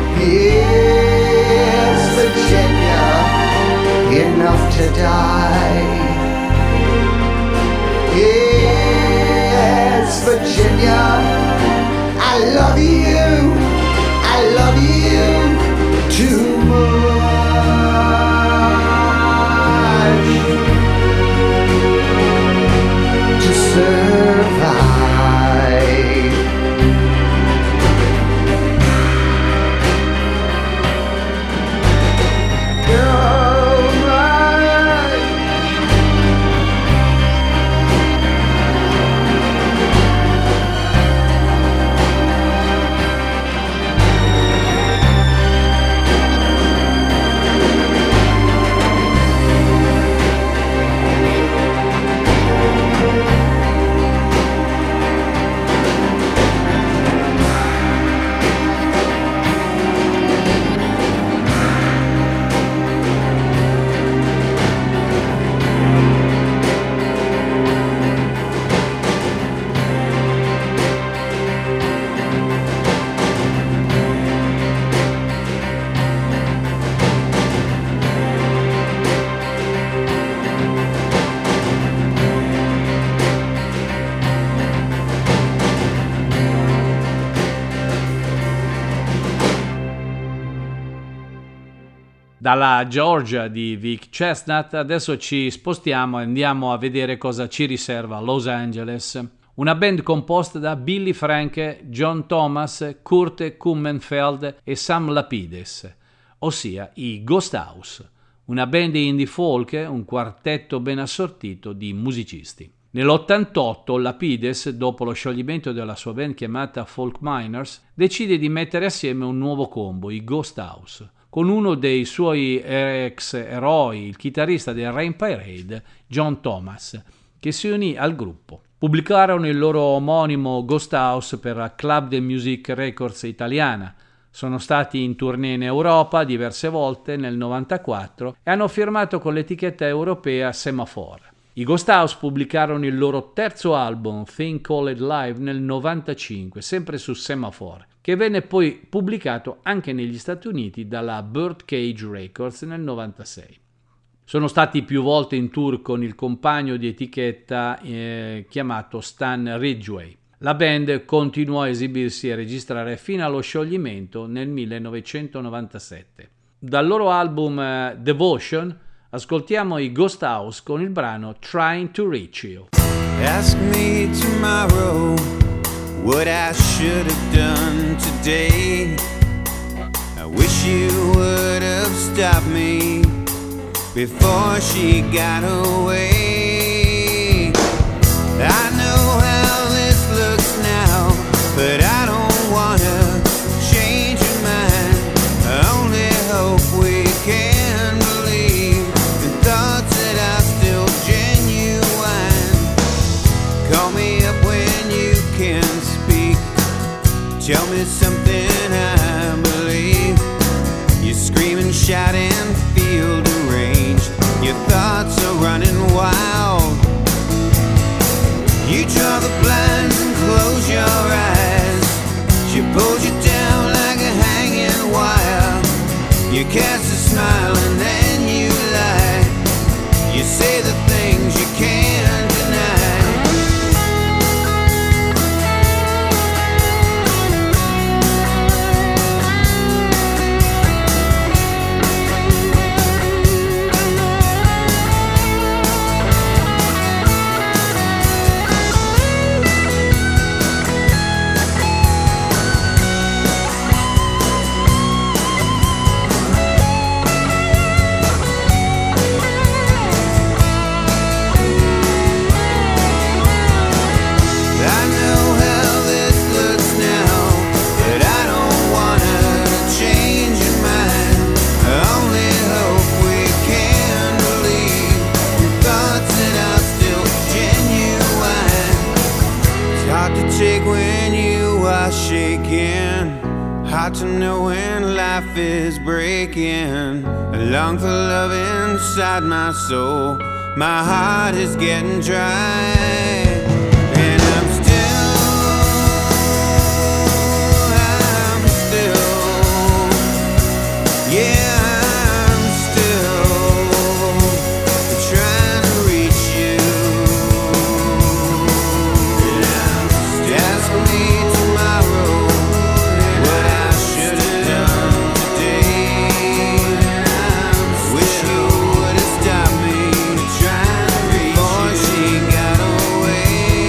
Yes, Virginia, enough to die. Yes, Virginia, I love you, I love you too much. Dalla Georgia di Vic Chestnut adesso ci spostiamo e andiamo a vedere cosa ci riserva Los Angeles. Una band composta da Billy Franke, John Thomas, Kurt Kummenfeld e Sam Lapides, ossia i Ghost House, una band indie folk, un quartetto ben assortito di musicisti. Nell'ottantotto Lapides, dopo lo scioglimento della sua band chiamata Folk Miners, decide di mettere assieme un nuovo combo, i Ghost House, con uno dei suoi ex eroi, il chitarrista del Rain Parade, John Thomas, che si unì al gruppo. Pubblicarono il loro omonimo Ghost House per la Club de Music Records italiana. Sono stati in tournée in Europa diverse volte nel novantaquattro e hanno firmato con l'etichetta europea Semaphore. I Ghost House pubblicarono il loro terzo album, Thing Called Live, nel novantacinque, sempre su Semaphore, che venne poi pubblicato anche negli Stati Uniti dalla Birdcage Records nel novantasei. Sono stati più volte in tour con il compagno di etichetta eh, chiamato Stan Ridgway. La band continuò a esibirsi e registrare fino allo scioglimento nel millenovecentonovantasette. Dal loro album eh, Devotion ascoltiamo i Ghost House con il brano Trying to Reach You. Ask me tomorrow what I should have done today. I wish you would have stopped me before she got away. I know how this looks now, but I don't wanna change your mind. I only hope we can believe in thoughts that are still genuine. Call me up when you can speak. Tell me something I believe. You're screaming, shouting, feel deranged. Your thoughts are running wild. You draw the blinds and close your eyes. She pulls you down like a hanging wire. You cast a smile and then you lie. You say the things you can't deny. Hard to know when life is breaking. I long for love inside my soul. My heart is getting dry. And I'm still, I'm still, yeah, I'm still trying to reach you. And I'm still asking me tomorrow what I should have done today. Wish you would have stopped me before she got away.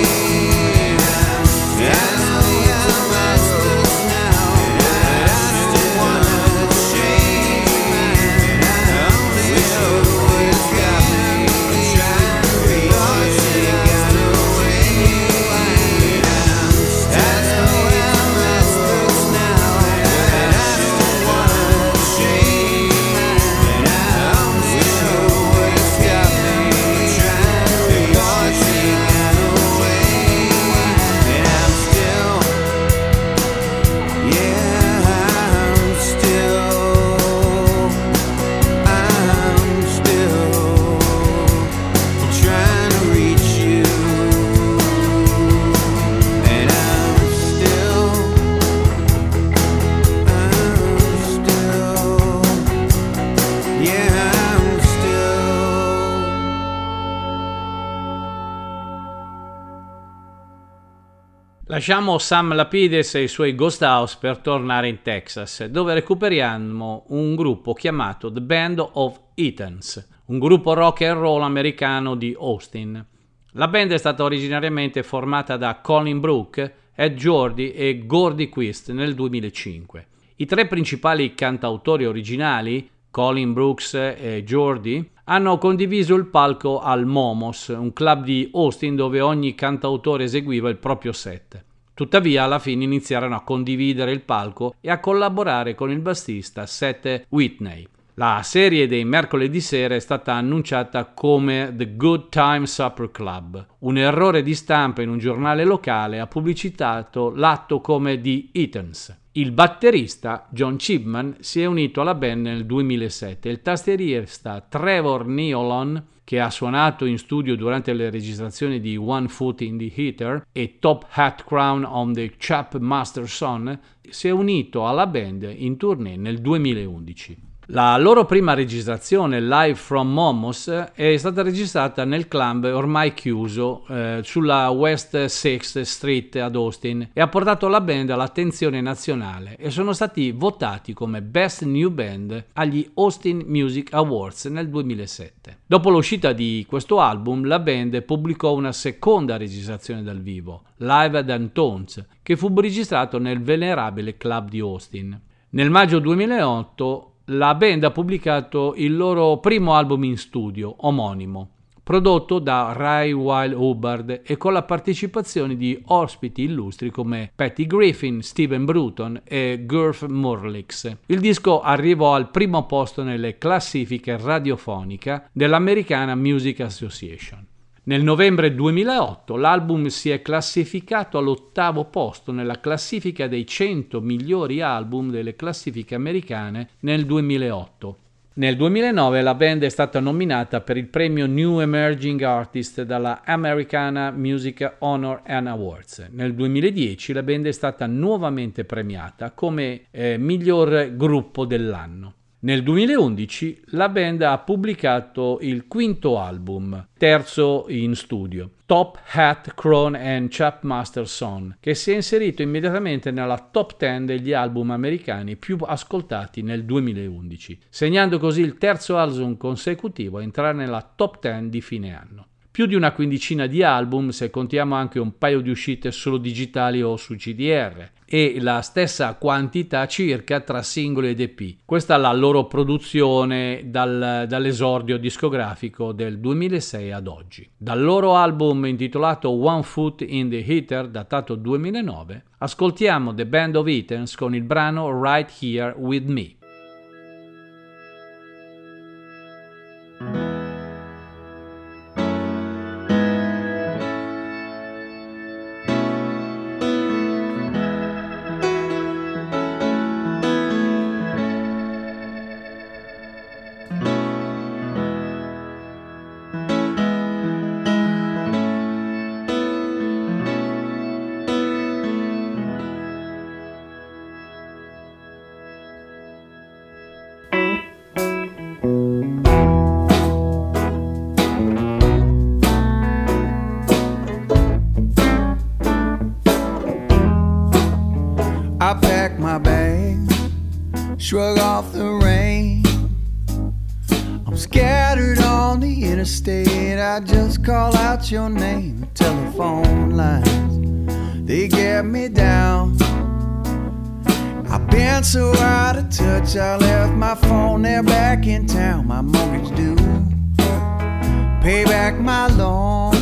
Lasciamo Sam Lapides e i suoi Ghost House per tornare in Texas, dove recuperiamo un gruppo chiamato The Band of Eatons, un gruppo rock and roll americano di Austin. La band è stata originariamente formata da Colin Brooke, Ed Jordy e Gordy Quist nel duemilacinque. I tre principali cantautori originali, Colin Brooks e Jordy, hanno condiviso il palco al Momos, un club di Austin dove ogni cantautore eseguiva il proprio set. Tuttavia, alla fine iniziarono a condividere il palco e a collaborare con il bassista Seth Whitney. La serie dei mercoledì sera è stata annunciata come The Good Time Supper Club. Un errore di stampa in un giornale locale ha pubblicitato l'atto come The Eatons. Il batterista John Chipman si è unito alla band nel duemilasette e il tastierista Trevor Nealon, che ha suonato in studio durante le registrazioni di One Foot in the Heater e Top Hat Crown on the Chap Master Son, si è unito alla band in tournée nel duemilaundici. La loro prima registrazione, Live from Momos, è stata registrata nel club ormai chiuso eh, sulla West sixth Street ad Austin e ha portato la band all'attenzione nazionale e sono stati votati come Best New Band agli Austin Music Awards nel duemilasette. Dopo l'uscita di questo album, la band pubblicò una seconda registrazione dal vivo, Live at Antones, che fu registrato nel venerabile club di Austin. Nel maggio duemilaotto la band ha pubblicato il loro primo album in studio, omonimo, prodotto da Ray Weil Hubbard e con la partecipazione di ospiti illustri come Patty Griffin, Steven Bruton e Gurf Morlix. Il disco arrivò al primo posto nelle classifiche radiofoniche dell'Americana Music Association. Nel novembre duemilaotto l'album si è classificato all'ottavo posto nella classifica dei cento migliori album delle classifiche americane nel duemilaotto. Nel duemilanove la band è stata nominata per il premio New Emerging Artist dalla Americana Music Honor and Awards. Nel duemiladieci la band è stata nuovamente premiata come eh, miglior gruppo dell'anno. Nel duemilaundici la band ha pubblicato il quinto album, terzo in studio, Top Hat, Crown and Chapmaster Son, che si è inserito immediatamente nella top dieci degli album americani più ascoltati nel duemilaundici, segnando così il terzo album consecutivo a entrare nella top dieci di fine anno. Più di una quindicina di album se contiamo anche un paio di uscite solo digitali o su C D R e la stessa quantità circa tra singoli ed E P. Questa è la loro produzione dal, dall'esordio discografico del duemilasei ad oggi. Dal loro album intitolato One Foot in the Heater, datato duemilanove, ascoltiamo The Band of Eatons con il brano Right Here With Me. I pack my bag, shrug off the rain. I'm scattered on the interstate. I just call out your name. Telephone lines, they get me down. I've been so out of touch, I left my phone there back in town. My mortgage due, pay back my loan.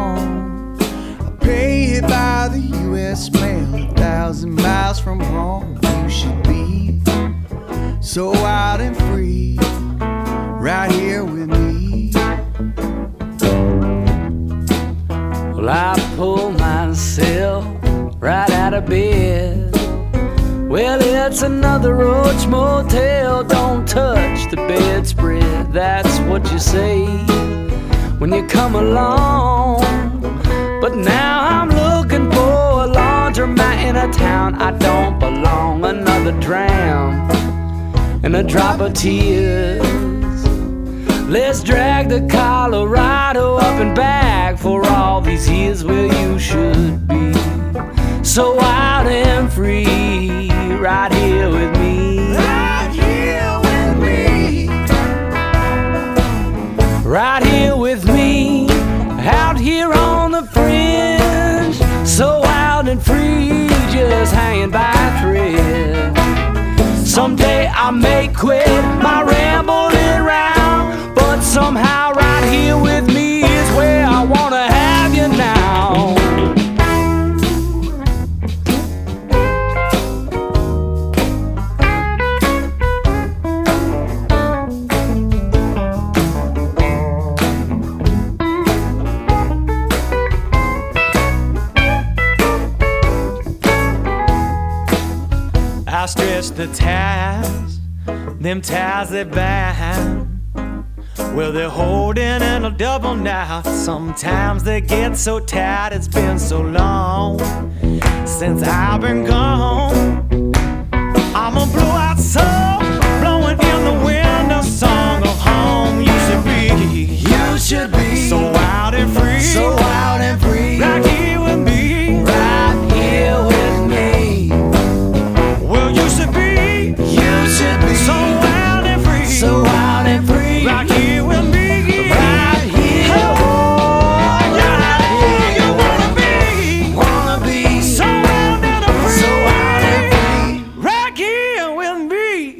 Pay it by the U S mail, a thousand miles from home. You should be so out and free, right here with me. Well, I pull myself right out of bed. Well, it's another Roach Motel. Don't touch the bedspread. That's what you say when you come along. But now I'm looking for a laundromat in a town I don't belong. Another dram and a drop of tears. Let's drag the Colorado up and back for all these years where you should be so wild and free, right here with me, right here with me, right here with me, out here on the fringe, so wild and free, just hanging by a thread. Someday I may quit my rambling round, but somehow right here with me is where I wanna have you now. I stretch the ties, them ties they bind. Well, they're holding in a double now. Sometimes they get so tight, it's been so long since I've been gone. I'm a blow-out soul, blowing in the wind, a song of home. You should be, You should be so wild and free, so wild and free, right here with me, right here with me. well, you should be, You should be so wild and free, so wild and free, right here with me, right here. oh, yeah, you wanna be, Wanna be so wild and free, so wild and free. right here with me.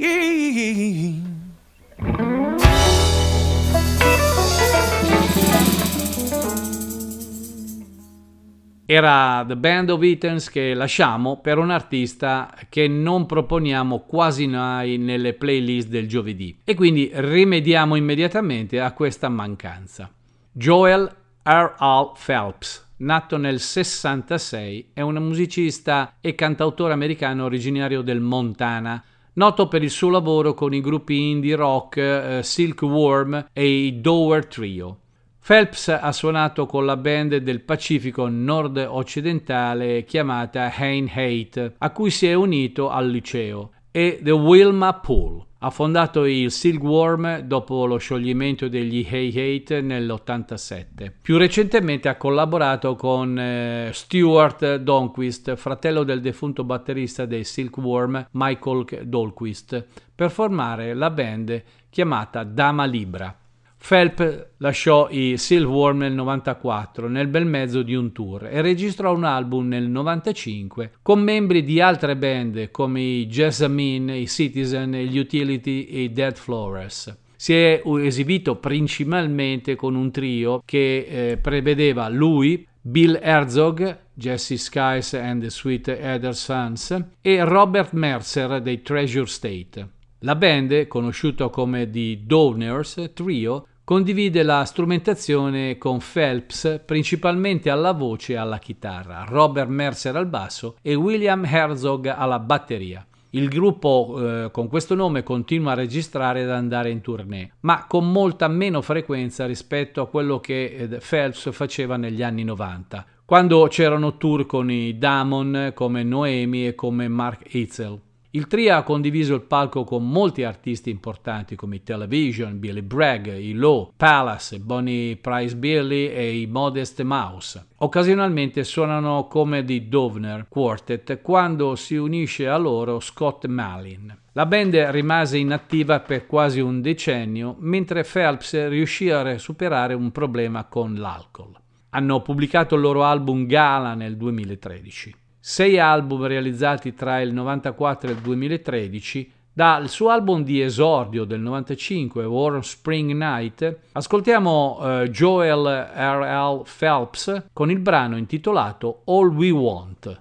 Era The Band of Eatons, che lasciamo per un artista che non proponiamo quasi mai nelle playlist del giovedì, e quindi rimediamo immediatamente a questa mancanza. Joel R. Al Phelps, nato nel sessantasei, è un musicista e cantautore americano originario del Montana, noto per il suo lavoro con i gruppi indie rock eh, Silkworm e i Dover Trio. Phelps ha suonato con la band del Pacifico nord-occidentale chiamata Hain Hate, a cui si è unito al liceo, e The Wilma Pool. Ha fondato il Silkworm dopo lo scioglimento degli Hey Hate nell'ottantasette. Più recentemente ha collaborato con eh, Stuart Dahlquist, fratello del defunto batterista dei Silkworm Michael Dahlquist, per formare la band chiamata Dama Libra. Phelps lasciò i Silkworm nel novantaquattro, nel bel mezzo di un tour, e registrò un album nel novantacinque con membri di altre band come i Jessamine, i Citizen, gli Utility e i Dead Flowers. Si è esibito principalmente con un trio che eh, prevedeva lui, Bill Herzog, Jesse Skies and the Sweet Heather Sons, e Robert Mercer dei Treasure State. La band, conosciuta come The Doners Trio, condivide la strumentazione con Phelps principalmente alla voce e alla chitarra, Robert Mercer al basso e William Herzog alla batteria. Il gruppo eh, con questo nome continua a registrare ed andare in tournée, ma con molta meno frequenza rispetto a quello che eh, Phelps faceva negli anni novanta, quando c'erano tour con i Damon come Noemi e come Mark Eitzel. Il trio ha condiviso il palco con molti artisti importanti come i Television, Billy Bragg, i Low, Palace, Bonnie Price Billy e i Modest Mouse. Occasionalmente suonano come The Dovner Quartet quando si unisce a loro Scott Malin. La band rimase inattiva per quasi un decennio, mentre Phelps riuscì a superare un problema con l'alcol. Hanno pubblicato il loro album Gala nel duemilatredici. Sei album realizzati tra il novantaquattro e il duemilatredici. Dal suo album di esordio del novantacinque, Warm Spring Night, ascoltiamo uh, Joel R. Al Phelps con il brano intitolato All We Want.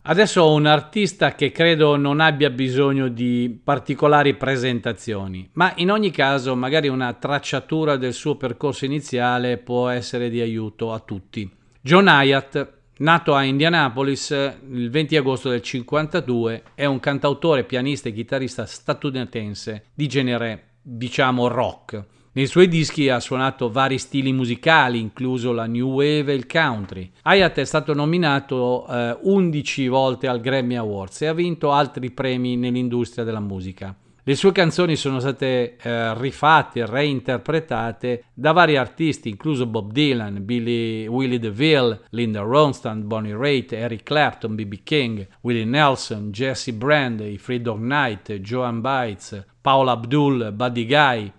Adesso ho un artista che credo non abbia bisogno di particolari presentazioni, ma in ogni caso magari una tracciatura del suo percorso iniziale può essere di aiuto a tutti. John Hiatt, nato a Indianapolis il venti agosto del cinquantadue, è un cantautore, pianista e chitarrista statunitense di genere, diciamo, rock. Nei suoi dischi ha suonato vari stili musicali, incluso la new wave e il country. Hiatt è stato nominato eh, undici volte al Grammy Awards e ha vinto altri premi nell'industria della musica. Le sue canzoni sono state eh, rifatte e reinterpretate da vari artisti, incluso Bob Dylan, Billy, Willie DeVille, Linda Ronstadt, Bonnie Raitt, Eric Clapton, B B King, Willie Nelson, Jesse Brand, i Three Dog Night, Joan Baez, Paula Abdul, Buddy Guy,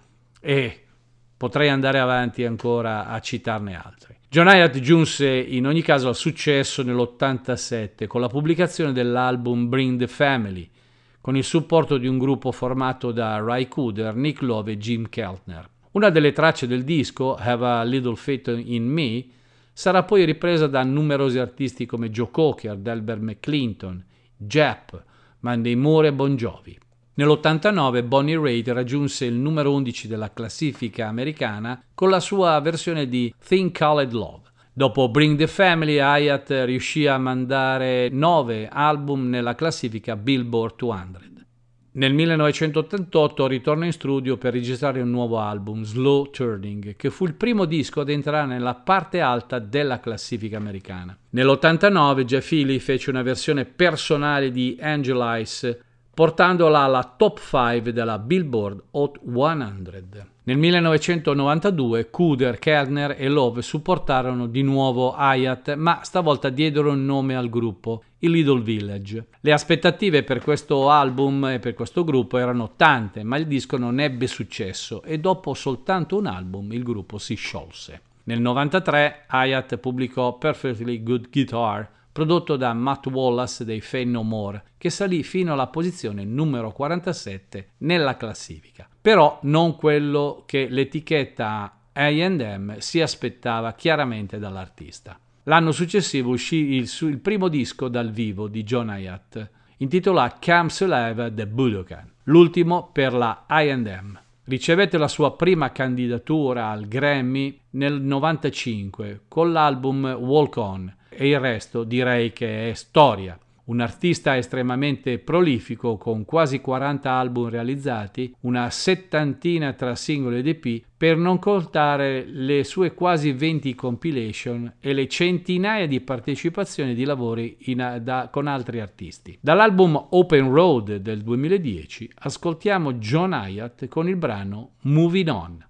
e potrei andare avanti ancora a citarne altri. John Hiatt giunse in ogni caso al successo nell'ottantasette con la pubblicazione dell'album Bring the Family, con il supporto di un gruppo formato da Ry Cooder, Nick Love e Jim Keltner. Una delle tracce del disco, Have a Little Faith in Me, sarà poi ripresa da numerosi artisti come Joe Cocker, Delbert McClinton, Jap, Mandy Moore e Bon Jovi. Nell'ottantanove Bonnie Raitt raggiunse il numero undici della classifica americana con la sua versione di Thing Called Love. Dopo Bring the Family, Hiatt riuscì a mandare nove album nella classifica Billboard duecento. Nel millenovecentottantotto ritorna in studio per registrare un nuovo album, Slow Turning, che fu il primo disco ad entrare nella parte alta della classifica americana. Nell'ottantanove Jeff Healey fece una versione personale di Angel Eyes, portandola alla top cinque della Billboard Hot cento. Nel millenovecentonovantadue Cooder, Keltner e Love supportarono di nuovo Hiatt, ma stavolta diedero un nome al gruppo, i Little Village. Le aspettative per questo album e per questo gruppo erano tante, ma il disco non ebbe successo e dopo soltanto un album il gruppo si sciolse. Nel novantatré Hiatt pubblicò Perfectly Good Guitar, prodotto da Matt Wallace dei Faith No More, che salì fino alla posizione numero quarantasette nella classifica. Però non quello che l'etichetta A and M si aspettava chiaramente dall'artista. L'anno successivo uscì il, il primo disco dal vivo di John Hiatt, intitolato Comes Alive the Budokan, l'ultimo per la A and M. Ricevette la sua prima candidatura al Grammy nel novantacinque con l'album Walk On, e il resto direi che è storia. Un artista estremamente prolifico con quasi quaranta album realizzati, una settantina tra singoli ed E P, per non contare le sue quasi venti compilation e le centinaia di partecipazioni di lavori in, da, con altri artisti. Dall'album Open Road del duemiladieci ascoltiamo John Hiatt con il brano Moving On.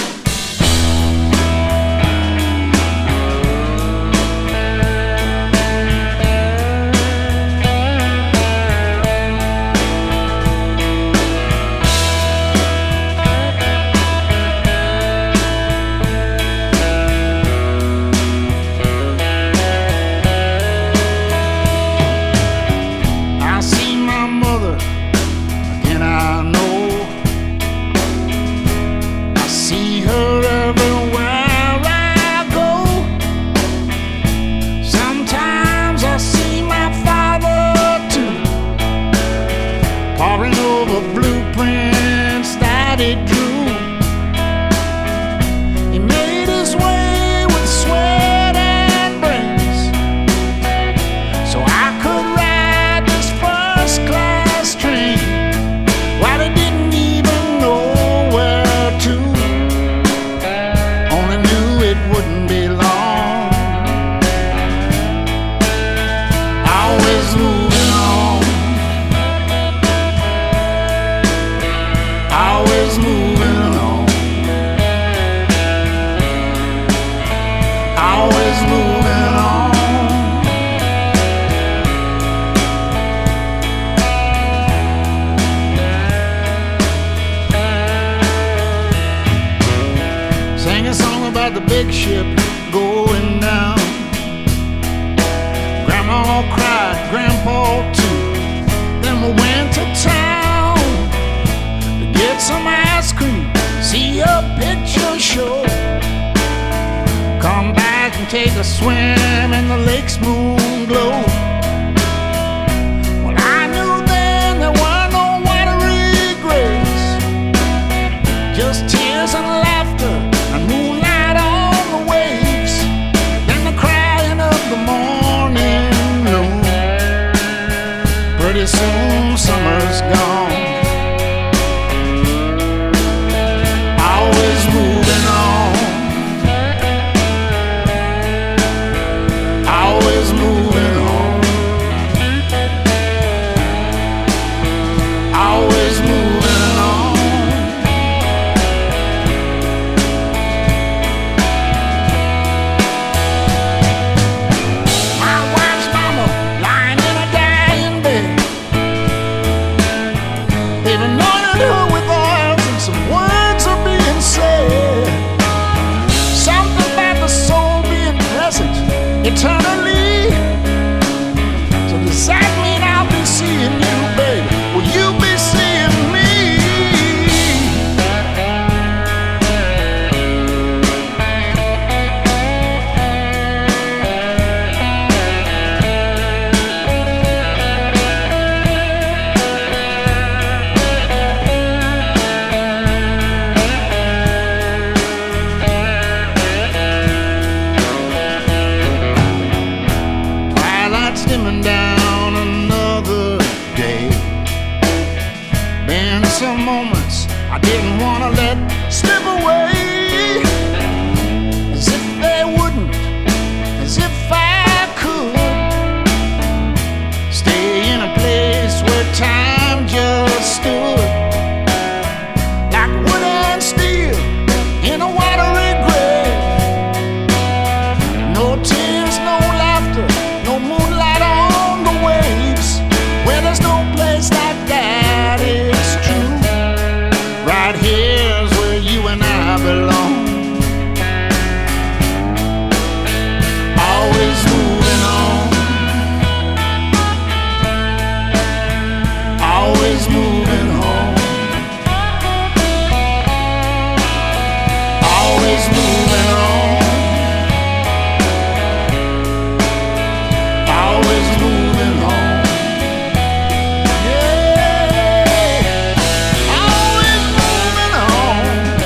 Big ship going down. Grandma cried, Grandpa too. Then we went to town to get some ice cream, see a picture show, come back and take a swim in the lake's moon glow. some moments I didn't want to let slip away, as if they wouldn't, as if I could stay in a place where time just stood like wood and steel in a watery grave. No tears, no laughter, no moonlight on the waves, where there's no place like that, it's true. Right here's where you and I belong. Always moving on, always moving home, always moving on, always moving home. Yeah, always moving on,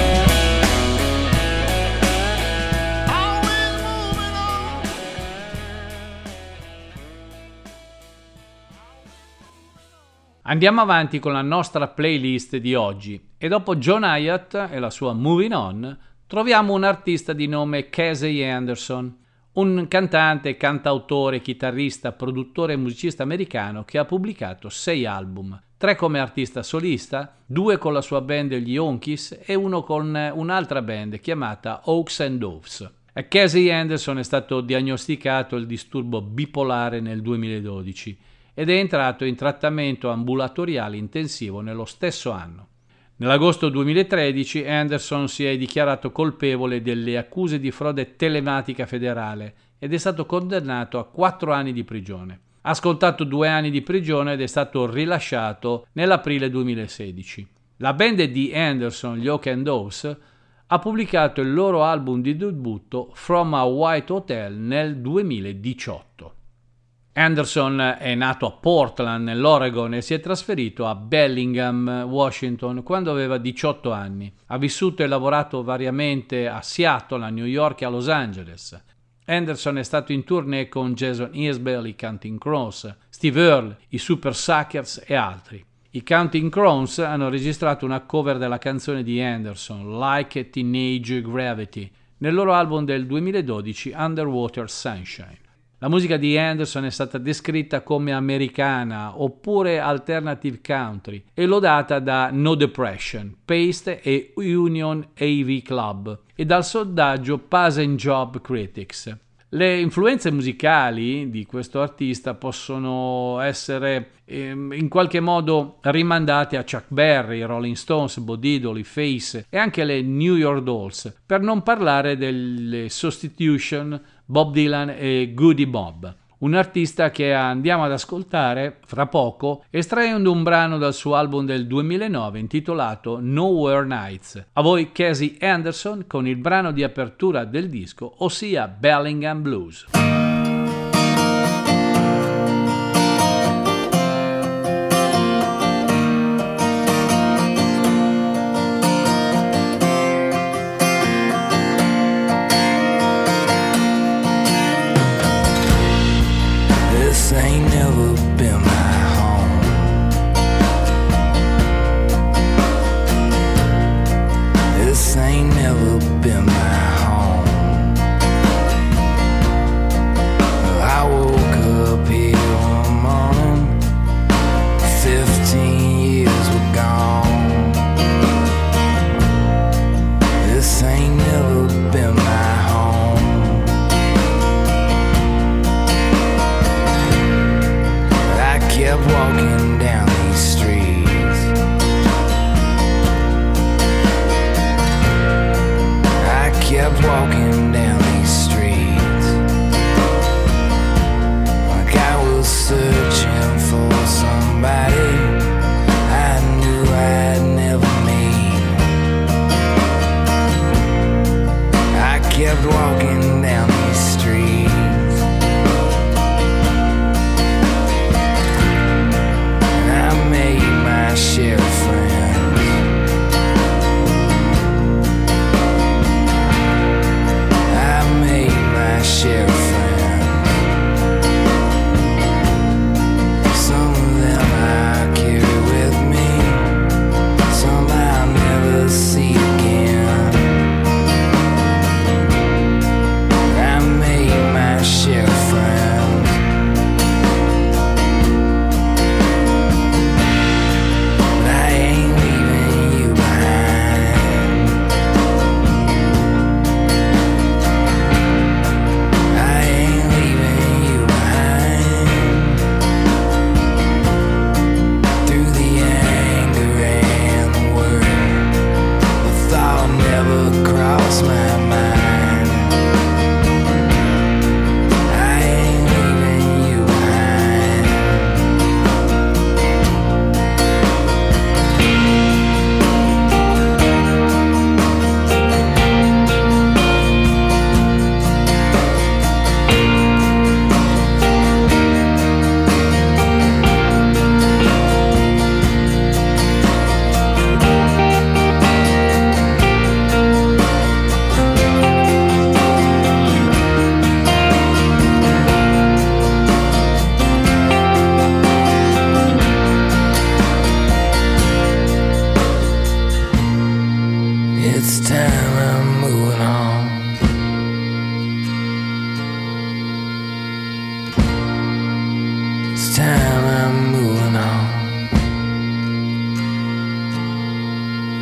always moving on. Andiamo avanti con la nostra playlist di oggi e dopo John Hiatt e la sua Moving On troviamo un artista di nome Casey Anderson, un cantante, cantautore, chitarrista, produttore e musicista americano che ha pubblicato sei album, tre come artista solista, due con la sua band gli Yonkis e uno con un'altra band chiamata Hawks and Doves. A Casey Anderson è stato diagnosticato il disturbo bipolare nel duemiladodici ed è entrato in trattamento ambulatoriale intensivo nello stesso anno. Nell'agosto duemilatredici Anderson si è dichiarato colpevole delle accuse di frode telematica federale ed è stato condannato a quattro anni di prigione. Ha scontato due anni di prigione ed è stato rilasciato nell'aprile duemilasedici. La band di Anderson, gli Hawks and Doves, ha pubblicato il loro album di debutto From a White Hotel nel duemiladiciotto. Anderson è nato a Portland, nell'Oregon, e si è trasferito a Bellingham, Washington, quando aveva diciotto anni. Ha vissuto e lavorato variamente a Seattle, a New York e a Los Angeles. Anderson è stato in tournée con Jason Isbell, i Counting Crows, Steve Earle, i Super Suckers e altri. I Counting Crows hanno registrato una cover della canzone di Anderson, Like a Teenage Gravity, nel loro album del duemiladodici Underwater Sunshine. La musica di Anderson è stata descritta come americana oppure alternative country e lodata da No Depression, Paste e Union A V Club e dal sondaggio Pass and Job Critics. Le influenze musicali di questo artista possono essere ehm, in qualche modo rimandate a Chuck Berry, Rolling Stones, Bo Diddley, Face e anche le New York Dolls, per non parlare delle Substitution, Bob Dylan e Goody Mob. Un artista che andiamo ad ascoltare fra poco, estraendo un brano dal suo album del duemilanove intitolato Nowhere Nights. A voi Casey Anderson con il brano di apertura del disco, ossia Bellingham Blues. This ain't never been my home. This ain't never been my home.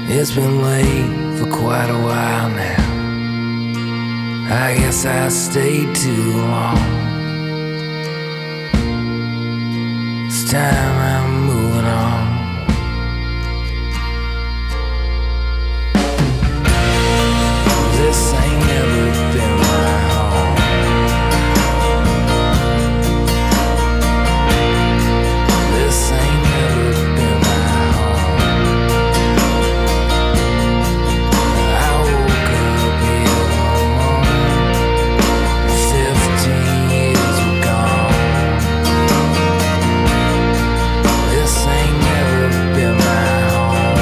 It's been late for quite a while now. I guess I stayed too long. It's time I'm moving on. This ain't never been my home. This ain't never been my home. I woke up here one morning, fifteen years were gone. This ain't never been my home.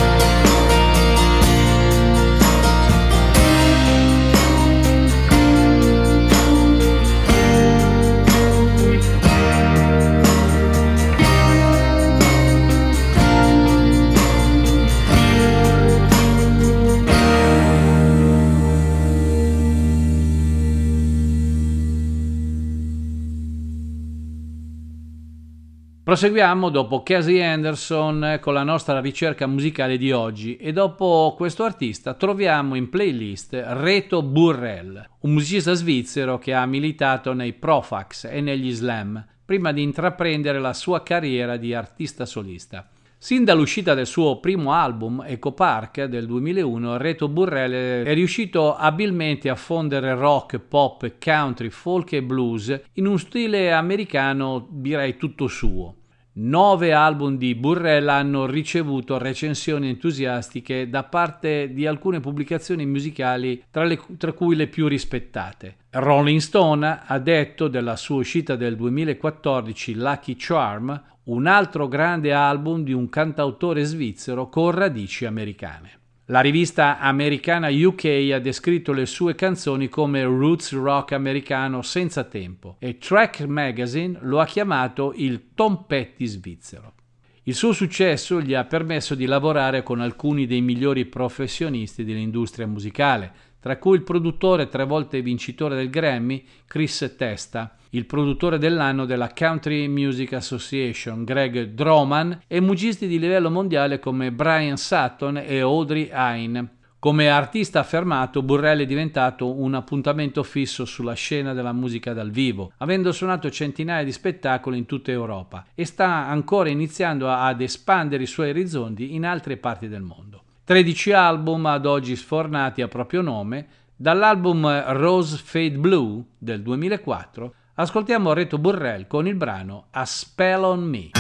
Proseguiamo dopo Casey Anderson con la nostra ricerca musicale di oggi e dopo questo artista troviamo in playlist Reto Burrell, un musicista svizzero che ha militato nei Profax e negli Slam prima di intraprendere la sua carriera di artista solista. Sin dall'uscita del suo primo album, Echo Park, del duemilauno, Reto Burrell è riuscito abilmente a fondere rock, pop, country, folk e blues in un stile americano direi tutto suo. Nove album di Burrell hanno ricevuto recensioni entusiastiche da parte di alcune pubblicazioni musicali tra, le, tra cui le più rispettate. Rolling Stone ha detto della sua uscita del duemilaquattordici Lucky Charm un altro grande album di un cantautore svizzero con radici americane. La rivista americana U K ha descritto le sue canzoni come roots rock americano senza tempo e Track Magazine lo ha chiamato il Tom Petty svizzero. Il suo successo gli ha permesso di lavorare con alcuni dei migliori professionisti dell'industria musicale, tra cui il produttore tre volte vincitore del Grammy Chris Testa, il produttore dell'anno della Country Music Association Greg Droman e musicisti di livello mondiale come Brian Sutton e Audrey Hine. Come artista affermato, Burrell è diventato un appuntamento fisso sulla scena della musica dal vivo, avendo suonato centinaia di spettacoli in tutta Europa e sta ancora iniziando ad espandere i suoi orizzonti in altre parti del mondo. tredici album ad oggi sfornati a proprio nome. Dall'album Rose Fade Blue del duemilaquattro ascoltiamo Reto Burrell con il brano A Spell on Me.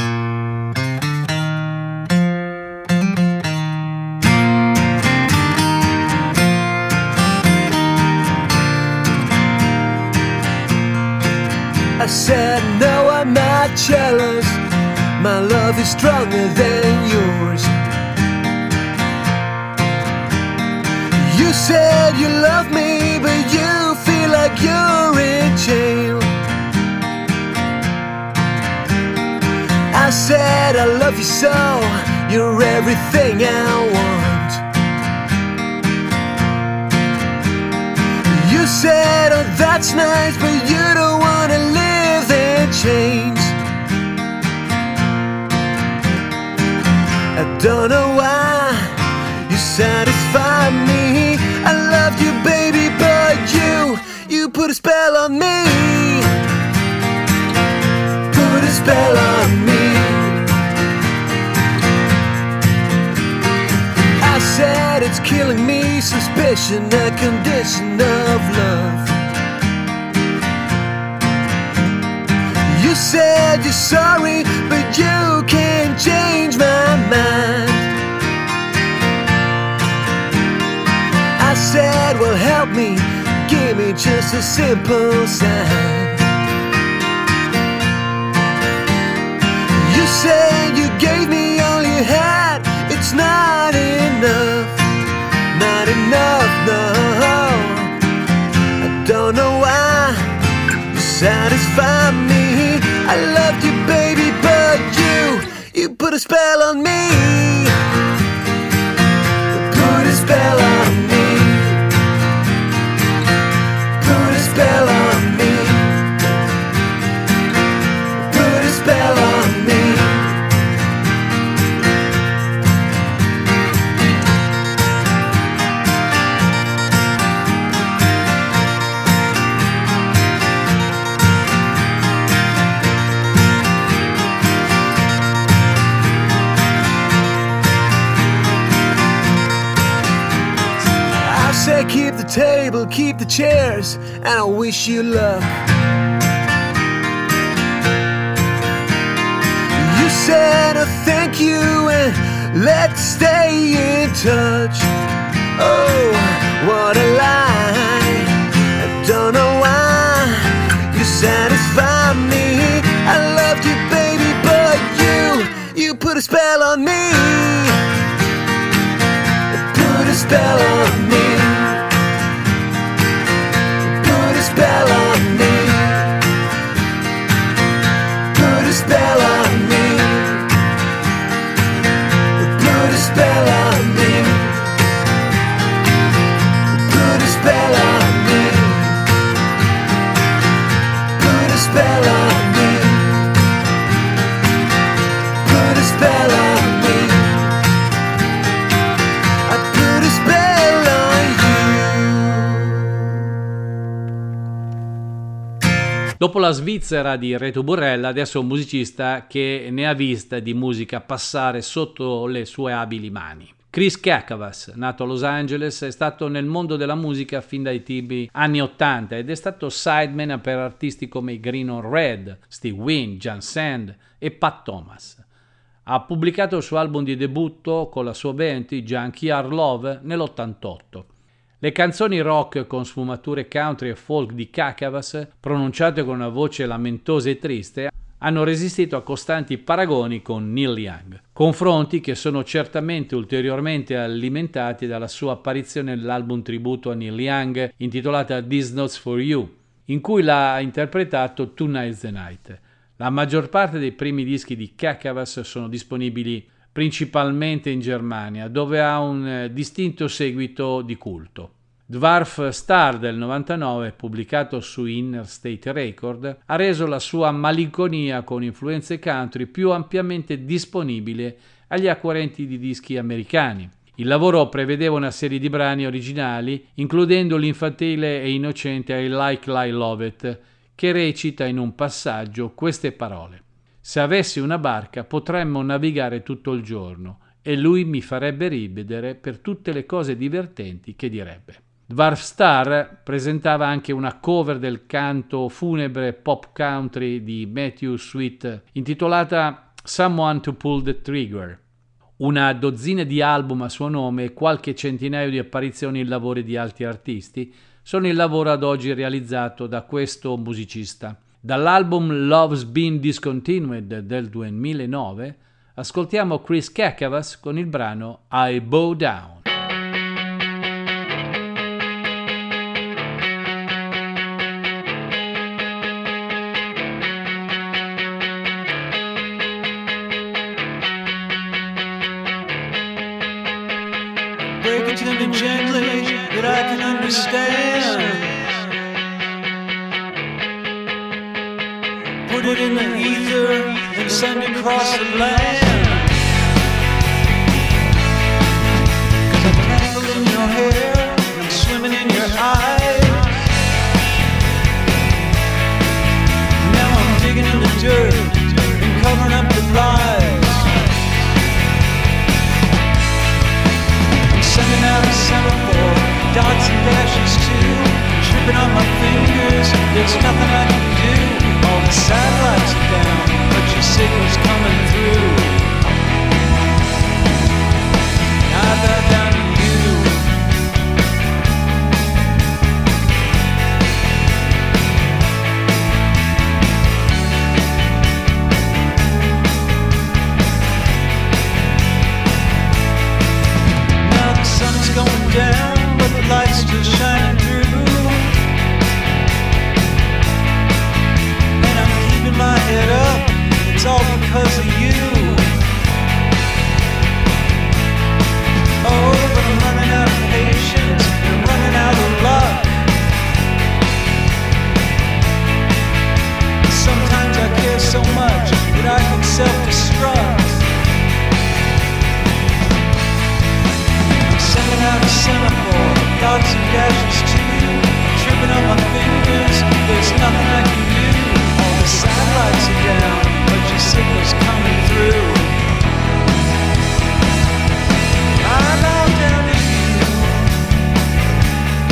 I said, no, I'm not jealous. My love is stronger than yours. You said you love me, but you feel like you're in jail. I said, I love you so, you're everything I want. You said, oh, that's nice, but you don't want to live in chains. I don't know why you satisfy me. I loved you, baby, but you, you put a spell on me. Put a spell on me. I said it's killing me, suspicion, a condition of love. You said you're sorry, but you can't change my mind. I said, well, help me, give me just a simple sign. You said you gave me all you had, it's not enough, not enough, no. I don't know why you satisfy me. I loved you, baby, but you, you put a spell on me. Put a spell on me. Put a spell on me. Put a spell on me. keep the table, keep the chairs, and I wish you luck. You said a thank you and let's stay in touch. Oh, what a lie. I don't know why you satisfy me. I loved you, baby, but you, you put a spell on me. Put a spell on me. Put a spell on me. Put a spell on me. Put a spell on me. Put a spell on me. Put a spell on me. Put a spell on me. I put a spell on you. Dopo la Svizzera di Reto Burrella, adesso un musicista che ne ha vista di musica passare sotto le sue abili mani. Chris Kakavas, nato a Los Angeles, è stato nel mondo della musica fin dai tipi anni ottanta ed è stato sideman per artisti come i Green on Red, Steve Wynn, Jan Sand e Pat Thomas. Ha pubblicato il suo album di debutto con la sua band, i Junkyard Love, nell'ottantotto. Le canzoni rock con sfumature country e folk di Kakavas, pronunciate con una voce lamentosa e triste, hanno resistito a costanti paragoni con Neil Young, confronti che sono certamente ulteriormente alimentati dalla sua apparizione nell'album tributo a Neil Young intitolata These Notes for You, in cui l'ha interpretato Tonight's the Night. La maggior parte dei primi dischi di Kakavas sono disponibili principalmente in Germania, dove ha un distinto seguito di culto. Dwarf Star del novantanove, pubblicato su Inner State Record, ha reso la sua malinconia con influenze country più ampiamente disponibile agli acquirenti di dischi americani. Il lavoro prevedeva una serie di brani originali, includendo l'infantile e innocente I Like I Love It, che recita in un passaggio queste parole: «Se avessi una barca potremmo navigare tutto il giorno e lui mi farebbe ridere per tutte le cose divertenti che direbbe». Dwarf Star presentava anche una cover del canto funebre pop country di Matthew Sweet intitolata Someone to Pull the Trigger. Una dozzina di album a suo nome e qualche centinaio di apparizioni in lavori di altri artisti sono il lavoro ad oggi realizzato da questo musicista. Dall'album Love's Been Discontinued del duemilanove ascoltiamo Chris Kakavas con il brano I Bow Down. Break it to me gently that I can understand. Put it in the ether and send it across the land. 'Cause I'm tangled in your hair and swimming in your eyes. Now I'm digging in the dirt and covering up the lies. Sending out a semaphore, dots and dashes too, tripping on my fingers, there's nothing I can do. All the satellites are down, but your signal's coming through. I bow down to you. Now the sun is going down, but the light's still shining through. And I'm keeping my head up, it's all because of you. Oh, but I'm running out of patience, I'm running out of luck. Sometimes I care so much that I can self-destruct. Sending out a semaphore, dots and dashes too, tripping on my fingers, there's nothing I can do. All the satellites are down, but your signal's coming through. I bow down to you.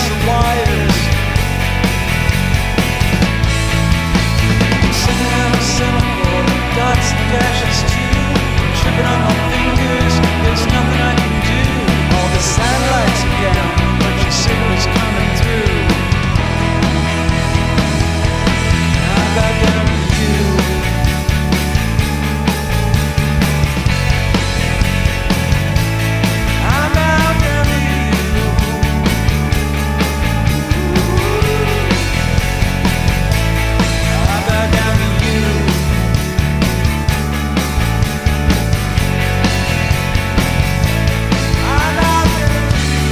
the wires. Sitting in a cynical, dots and dashes too. Tripping on my fingers, there's nothing I can do. All the satellites are down, but your signal's coming through. I got down to you. I'm out down to you. I got down to you. I'm out down to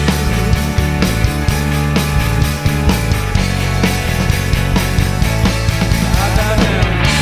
you. I got down.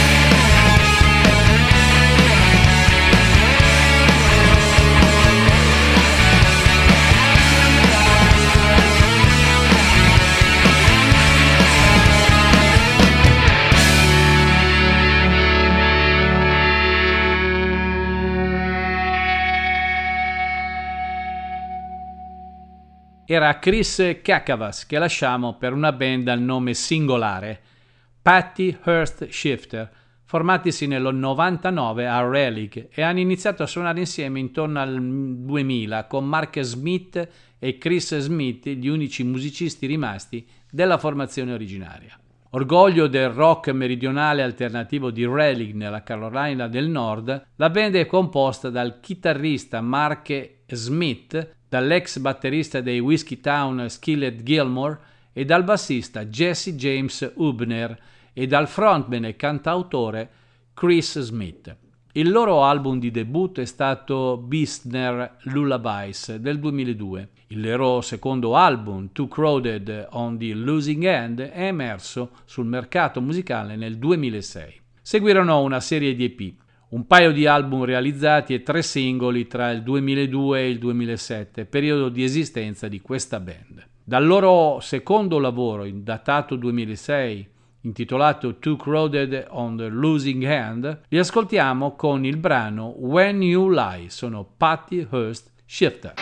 Era Chris Kakavas, che lasciamo per una band dal nome singolare, Patty Hearst Shifter, formatisi nel novantanove a Relic e hanno iniziato a suonare insieme intorno al duemila con Mark Smith e Chris Smith, gli unici musicisti rimasti della formazione originaria. Orgoglio del rock meridionale alternativo di Relic nella Carolina del Nord, la band è composta dal chitarrista Mark Smith, dall'ex batterista dei Whiskey Town Skillet Gilmore e dal bassista Jesse James Hubner e dal frontman e cantautore Chris Smith. Il loro album di debutto è stato Beastner Lullabies del duemiladue. Il loro secondo album, Too Crowded on the Losing End, è emerso sul mercato musicale nel duemilasei. Seguirono una serie di E P, un paio di album realizzati e tre singoli tra il duemiladue e il duemilasette, periodo di esistenza di questa band. Dal loro secondo lavoro, datato duemilasei, intitolato Too Crowded on the Losing Hand, li ascoltiamo con il brano When You Lie. Sono Patty Hearst Shifter.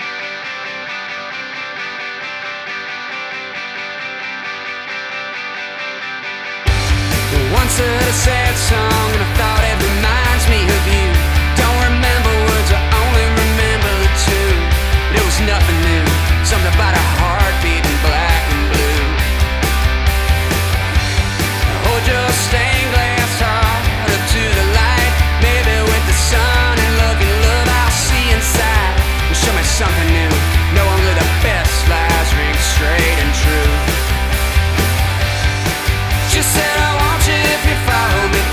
Once heard a sad song and I thought it reminds me of you. Don't remember words, I only remember the tune. But it was nothing new, something about a heart beating black and blue. Hold your stained glass heart up to the light. Maybe with the sun and look and love I'll see inside. And show me something new, no only the best lies ring straight and true. She said I want you if you follow me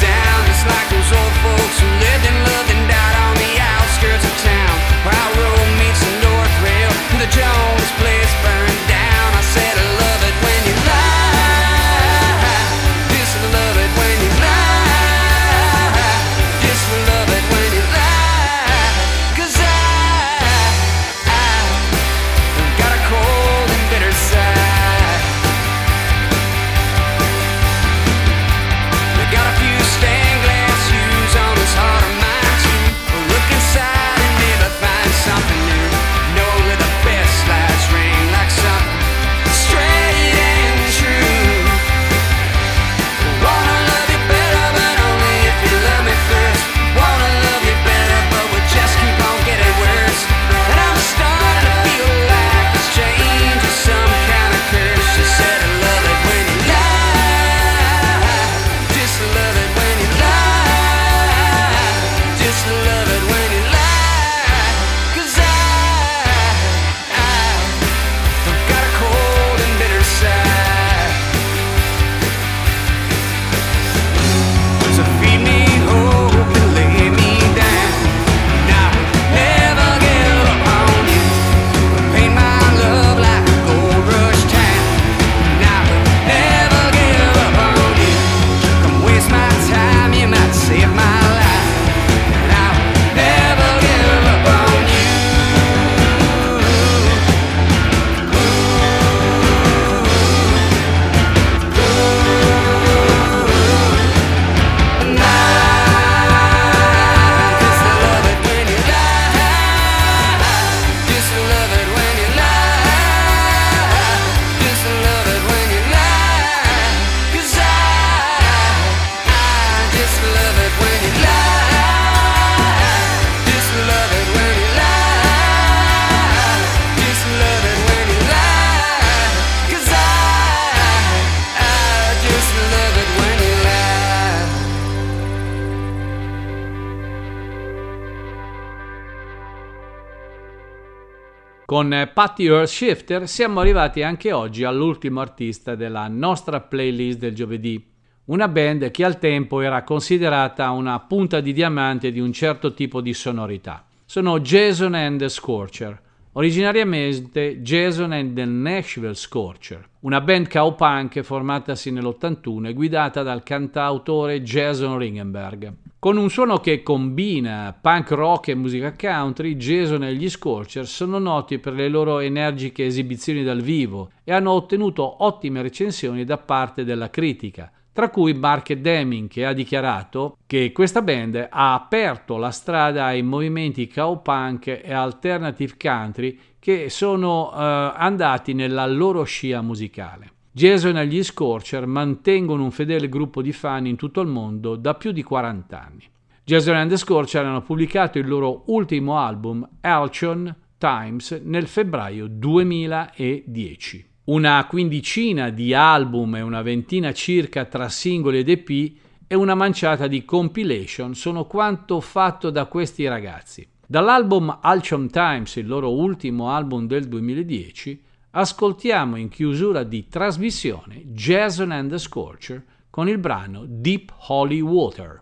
Con Patty Earthshifter siamo arrivati anche oggi all'ultimo artista della nostra playlist del giovedì, una band che al tempo era considerata una punta di diamante di un certo tipo di sonorità. Sono Jason and the Scorcher, originariamente Jason and the Nashville Scorcher, una band cowpunk formatasi nell'ottantuno e guidata dal cantautore Jason Ringenberg. Con un suono che combina punk rock e musica country, Jason e gli Scorcher sono noti per le loro energiche esibizioni dal vivo e hanno ottenuto ottime recensioni da parte della critica, tra cui Mark Deming, che ha dichiarato che questa band ha aperto la strada ai movimenti cowpunk e alternative country che sono eh, andati nella loro scia musicale. Jason e gli Scorcher mantengono un fedele gruppo di fan in tutto il mondo da più di quaranta anni. Jason and the Scorcher hanno pubblicato il loro ultimo album, Alchon Times, nel febbraio duemiladieci. Una quindicina di album e una ventina circa tra singoli ed E P e una manciata di compilation sono quanto fatto da questi ragazzi. Dall'album Alchon Times, il loro ultimo album del duemiladieci, ascoltiamo in chiusura di trasmissione Jason and the Scorcher con il brano Deep Holy Water.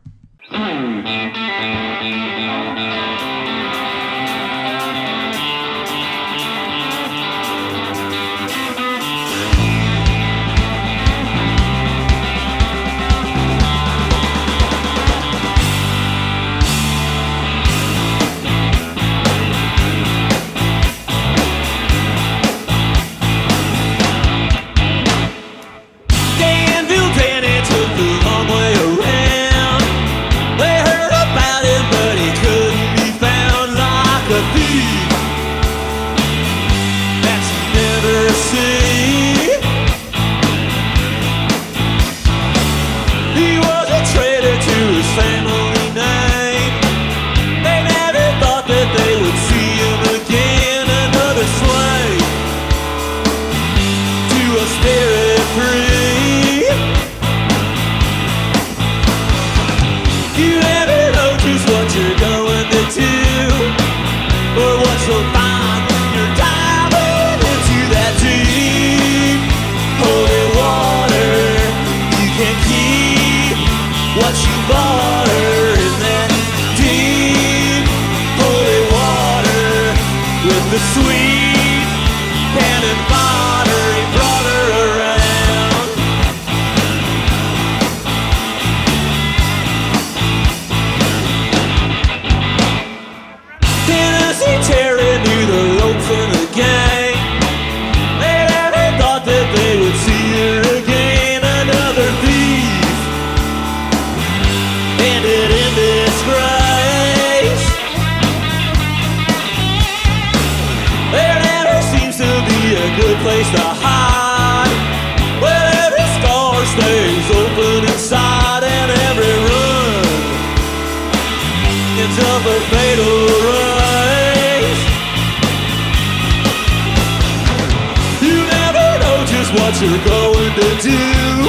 What you're going to do,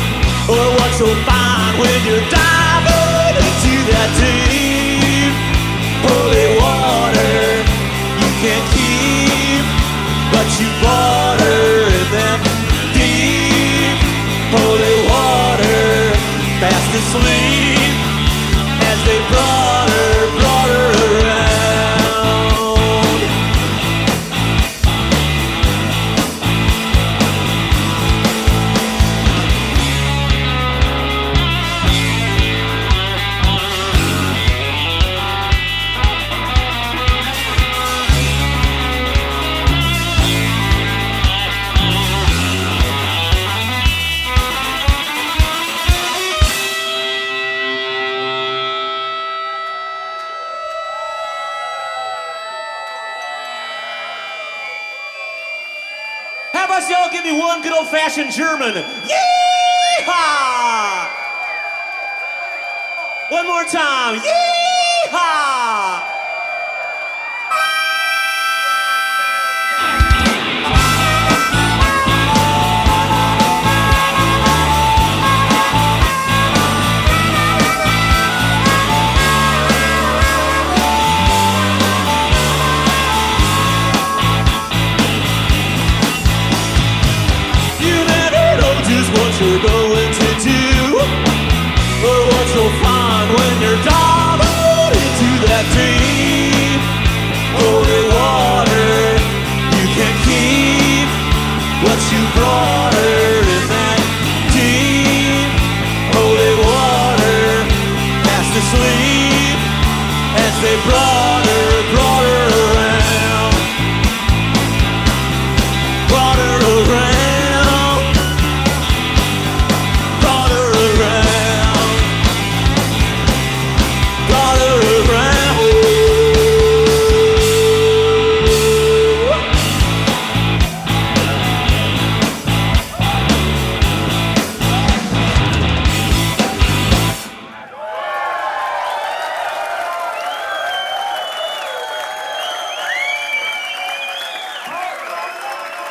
or what's so fine when you're diving into that deep holy water. You can't keep what you bought her in that deep holy water. Fast asleep as they brought her, brought her around. Y'all give me one good old-fashioned German. Yeehaw! One more time. Yeehaw!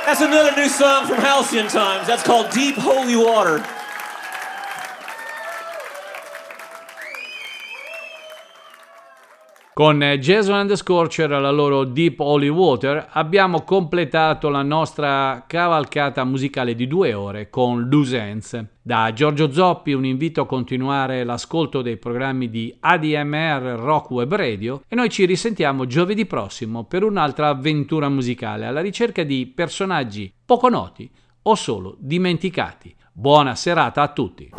That's another new song from Halcyon Times. That's called Deep Holy Water. Con Jason and the Scorcher alla loro Deep Holy Water abbiamo completato la nostra cavalcata musicale di due ore con Loose Ends. Da Giorgio Zoppi un invito a continuare l'ascolto dei programmi di A D M R Rock Web Radio e noi ci risentiamo giovedì prossimo per un'altra avventura musicale alla ricerca di personaggi poco noti o solo dimenticati. Buona serata a tutti!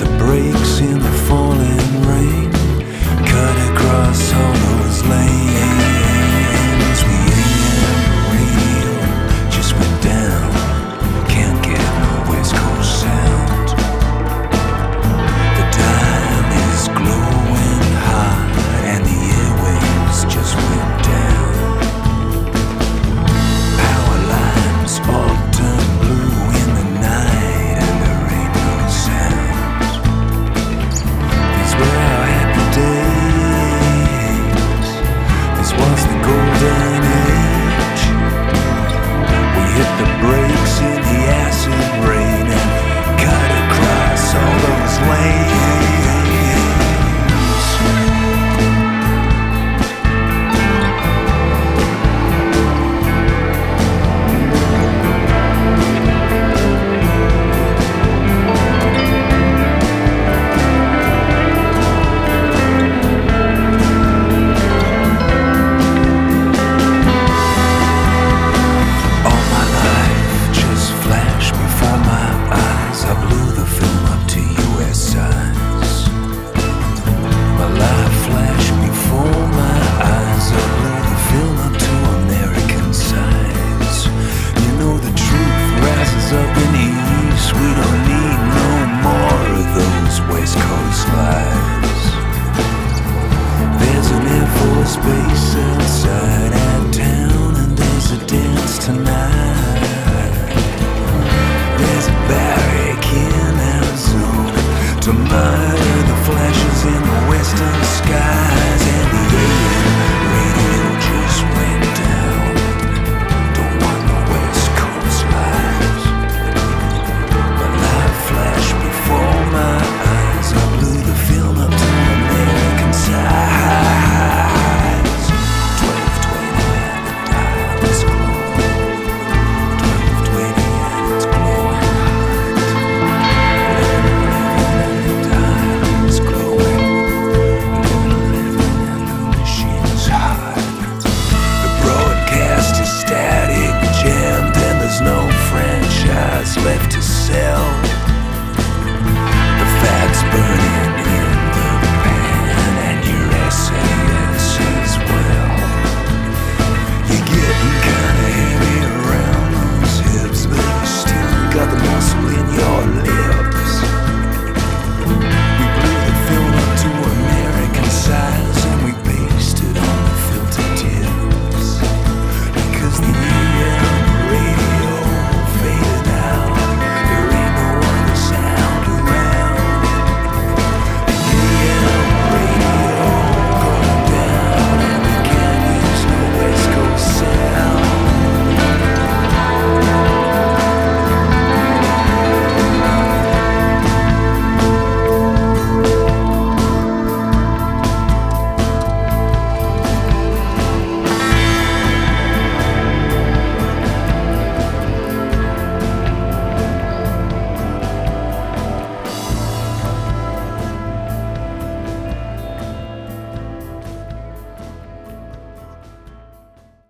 In the falling rain, cut across all those lanes.